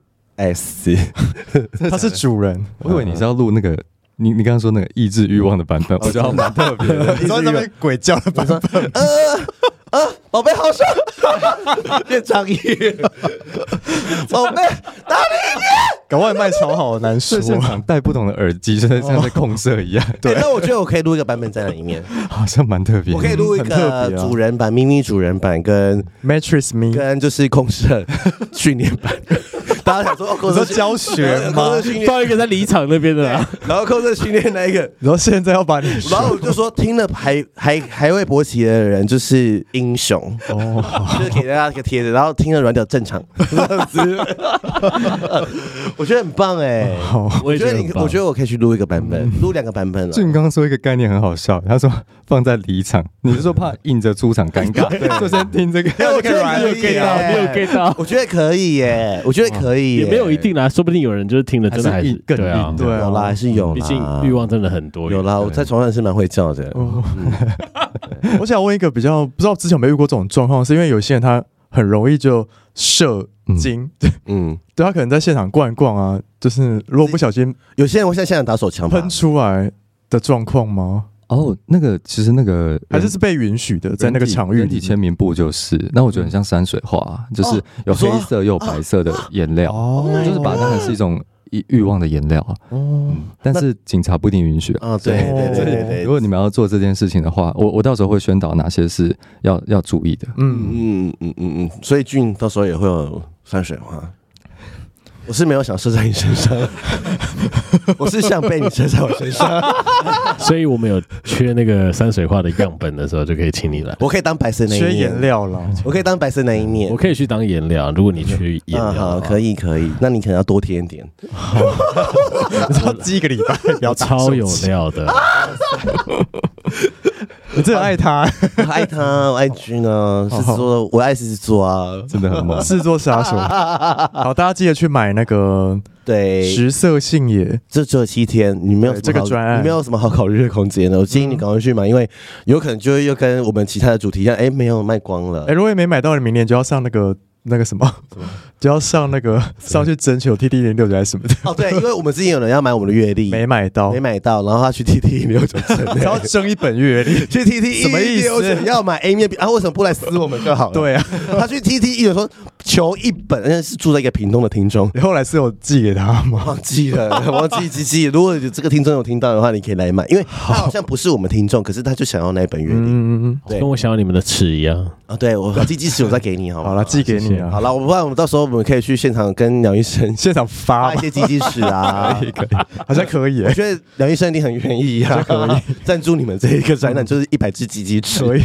S， 他是主人， 我以为你是要录那个。你刚刚说那个抑制欲望的版本，我觉得蛮特别的。 你说那边鬼叫的版本， 宝贝好爽，变长音，宝贝哪里？ 搞外卖超好难说， 现场戴不同的耳机，就像在控色一样。 对，那我觉得我可以录一个版本在里面， 好像蛮特别。 我可以录一个主人版、咪咪主人版跟 Matrix Me 跟就是控色训练版。大家想说， 你说教学吗？ 放一个在离场那边的啦， 然后控色训练那一个， 然后现在要把你， 然后我就说听了还会勃起的人就是英雄就是给大家一个贴子，然后听了软屌正常，这样子，我觉得很棒哎，我觉得我可以去录一个版本，录2个版本了。 就你刚刚说一个概念很好笑，他说放在离场，你是说怕硬着出场尴尬，就先听这个， 我觉得没有 get 到， 我觉得可以耶，我觉得可以， 也没有一定啦，说不定有人就是听了真的还是更硬， 对啊，有啦，还是有啦， 毕竟欲望真的很多， 有啦，我在床上是蛮会叫的。 我想问一个比较不知道之前有没有遇过这种状况，是因为有些人他很容易就射精，对，他可能在现场逛一逛啊，就是如果不小心， 有些人会在现场打手枪喷出来的状况吗？ 那个其实那个还是被允许的，在那个场域里， 人体签名簿就是，那我觉得很像山水画，就是有黑色又有白色的颜料，就是把它是一种欲望的颜料但是警察不一定允许啊。 对， 如果你们要做这件事情的话，我到时候会宣导哪些是要注意的。 所以俊到时候也会有山水画。我是没有想射在你身上，我是想被你射在我身上， 所以我们有缺那个山水画的样本的时候，就可以请你来。 我可以当白色那一面， 缺颜料了， 我可以当白色那一面， 我可以去当颜料。如果你缺颜料， 好，可以，那你可能要多添一点， 你知道记1个礼拜，不要超有料的。 你真的爱他， 我爱君呢，狮子座，我爱狮子座啊， 真的很猛， 狮子座杀手。好，大家记得去买那个食色性也， 这只有7天，你没有这个专案， 你没有什么好考虑的空间的。我建议你赶快去买，因为有可能就会又跟我们其他的主题一样，没有卖光了。 如果你没买到，你明年就要上那个什么，就要上去征求 TT06还是什么的。 对，因为我们之前有人要买我们的月历， 没买到， 然后他去 TT06征， 然后征一本月历， 去 TT 什么意思？ 要买 A 面，为什么不来撕我们就好了？ 对啊， 他去 TT 有说求一本，是住在一个屏东的听众， 你后来是有寄给他吗？ 忘记了。如果这个听众有听到的话，你可以来买，因为他好像不是我们听众，可是他就想要那一本月历， 对，跟我想要你们的尺一样啊。对，我鸡鸡尺我再给你，好了，寄给你啊。 好了，不然我们到时候我们可以去现场跟梁医生现场发一些鸡鸡尺啊， 可以，好像可以。 我觉得梁医生一定很愿意啊，可以赞助你们这一个展览，就是100只鸡鸡尺， 可以。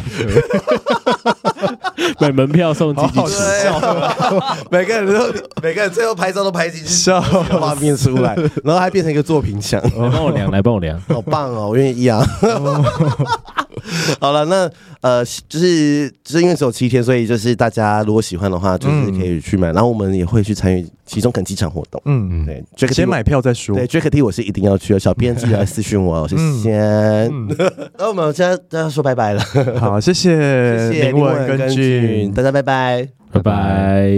买门票送鸡鸡尺， 每个人最后拍照都拍鸡鸡尺，画面出来，然后还变成一个作品墙。 帮我量， 好棒哦，我愿意啊。好了，那就是因为只有7天，所以就是大家如果喜欢的话，就是可以去买，然后我们也会去参与其中赶机场活动。对， 先买票再说。 对 ，Jack T 我是一定要去的，小编记得来私讯我，谢谢。那我们现在要说拜拜了， 好，谢谢林文跟俊， 大家拜拜， 拜拜。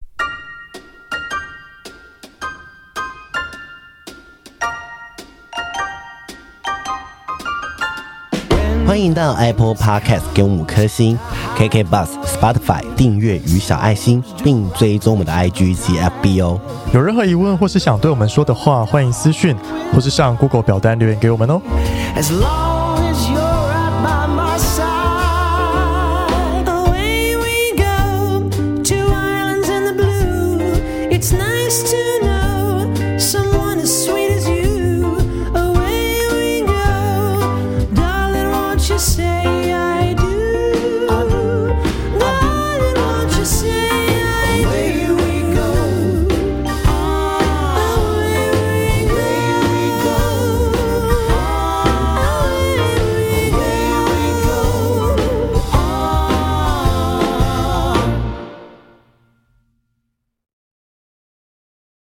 欢迎到 Apple Podcast 给我们5颗星 ，KK Bus、Spotify 订阅与小爱心，并追踪我们的 IG 及 FB 哦。 有任何疑问或是想对我们说的话，欢迎私讯或是上 Google 表单留言给我们哦。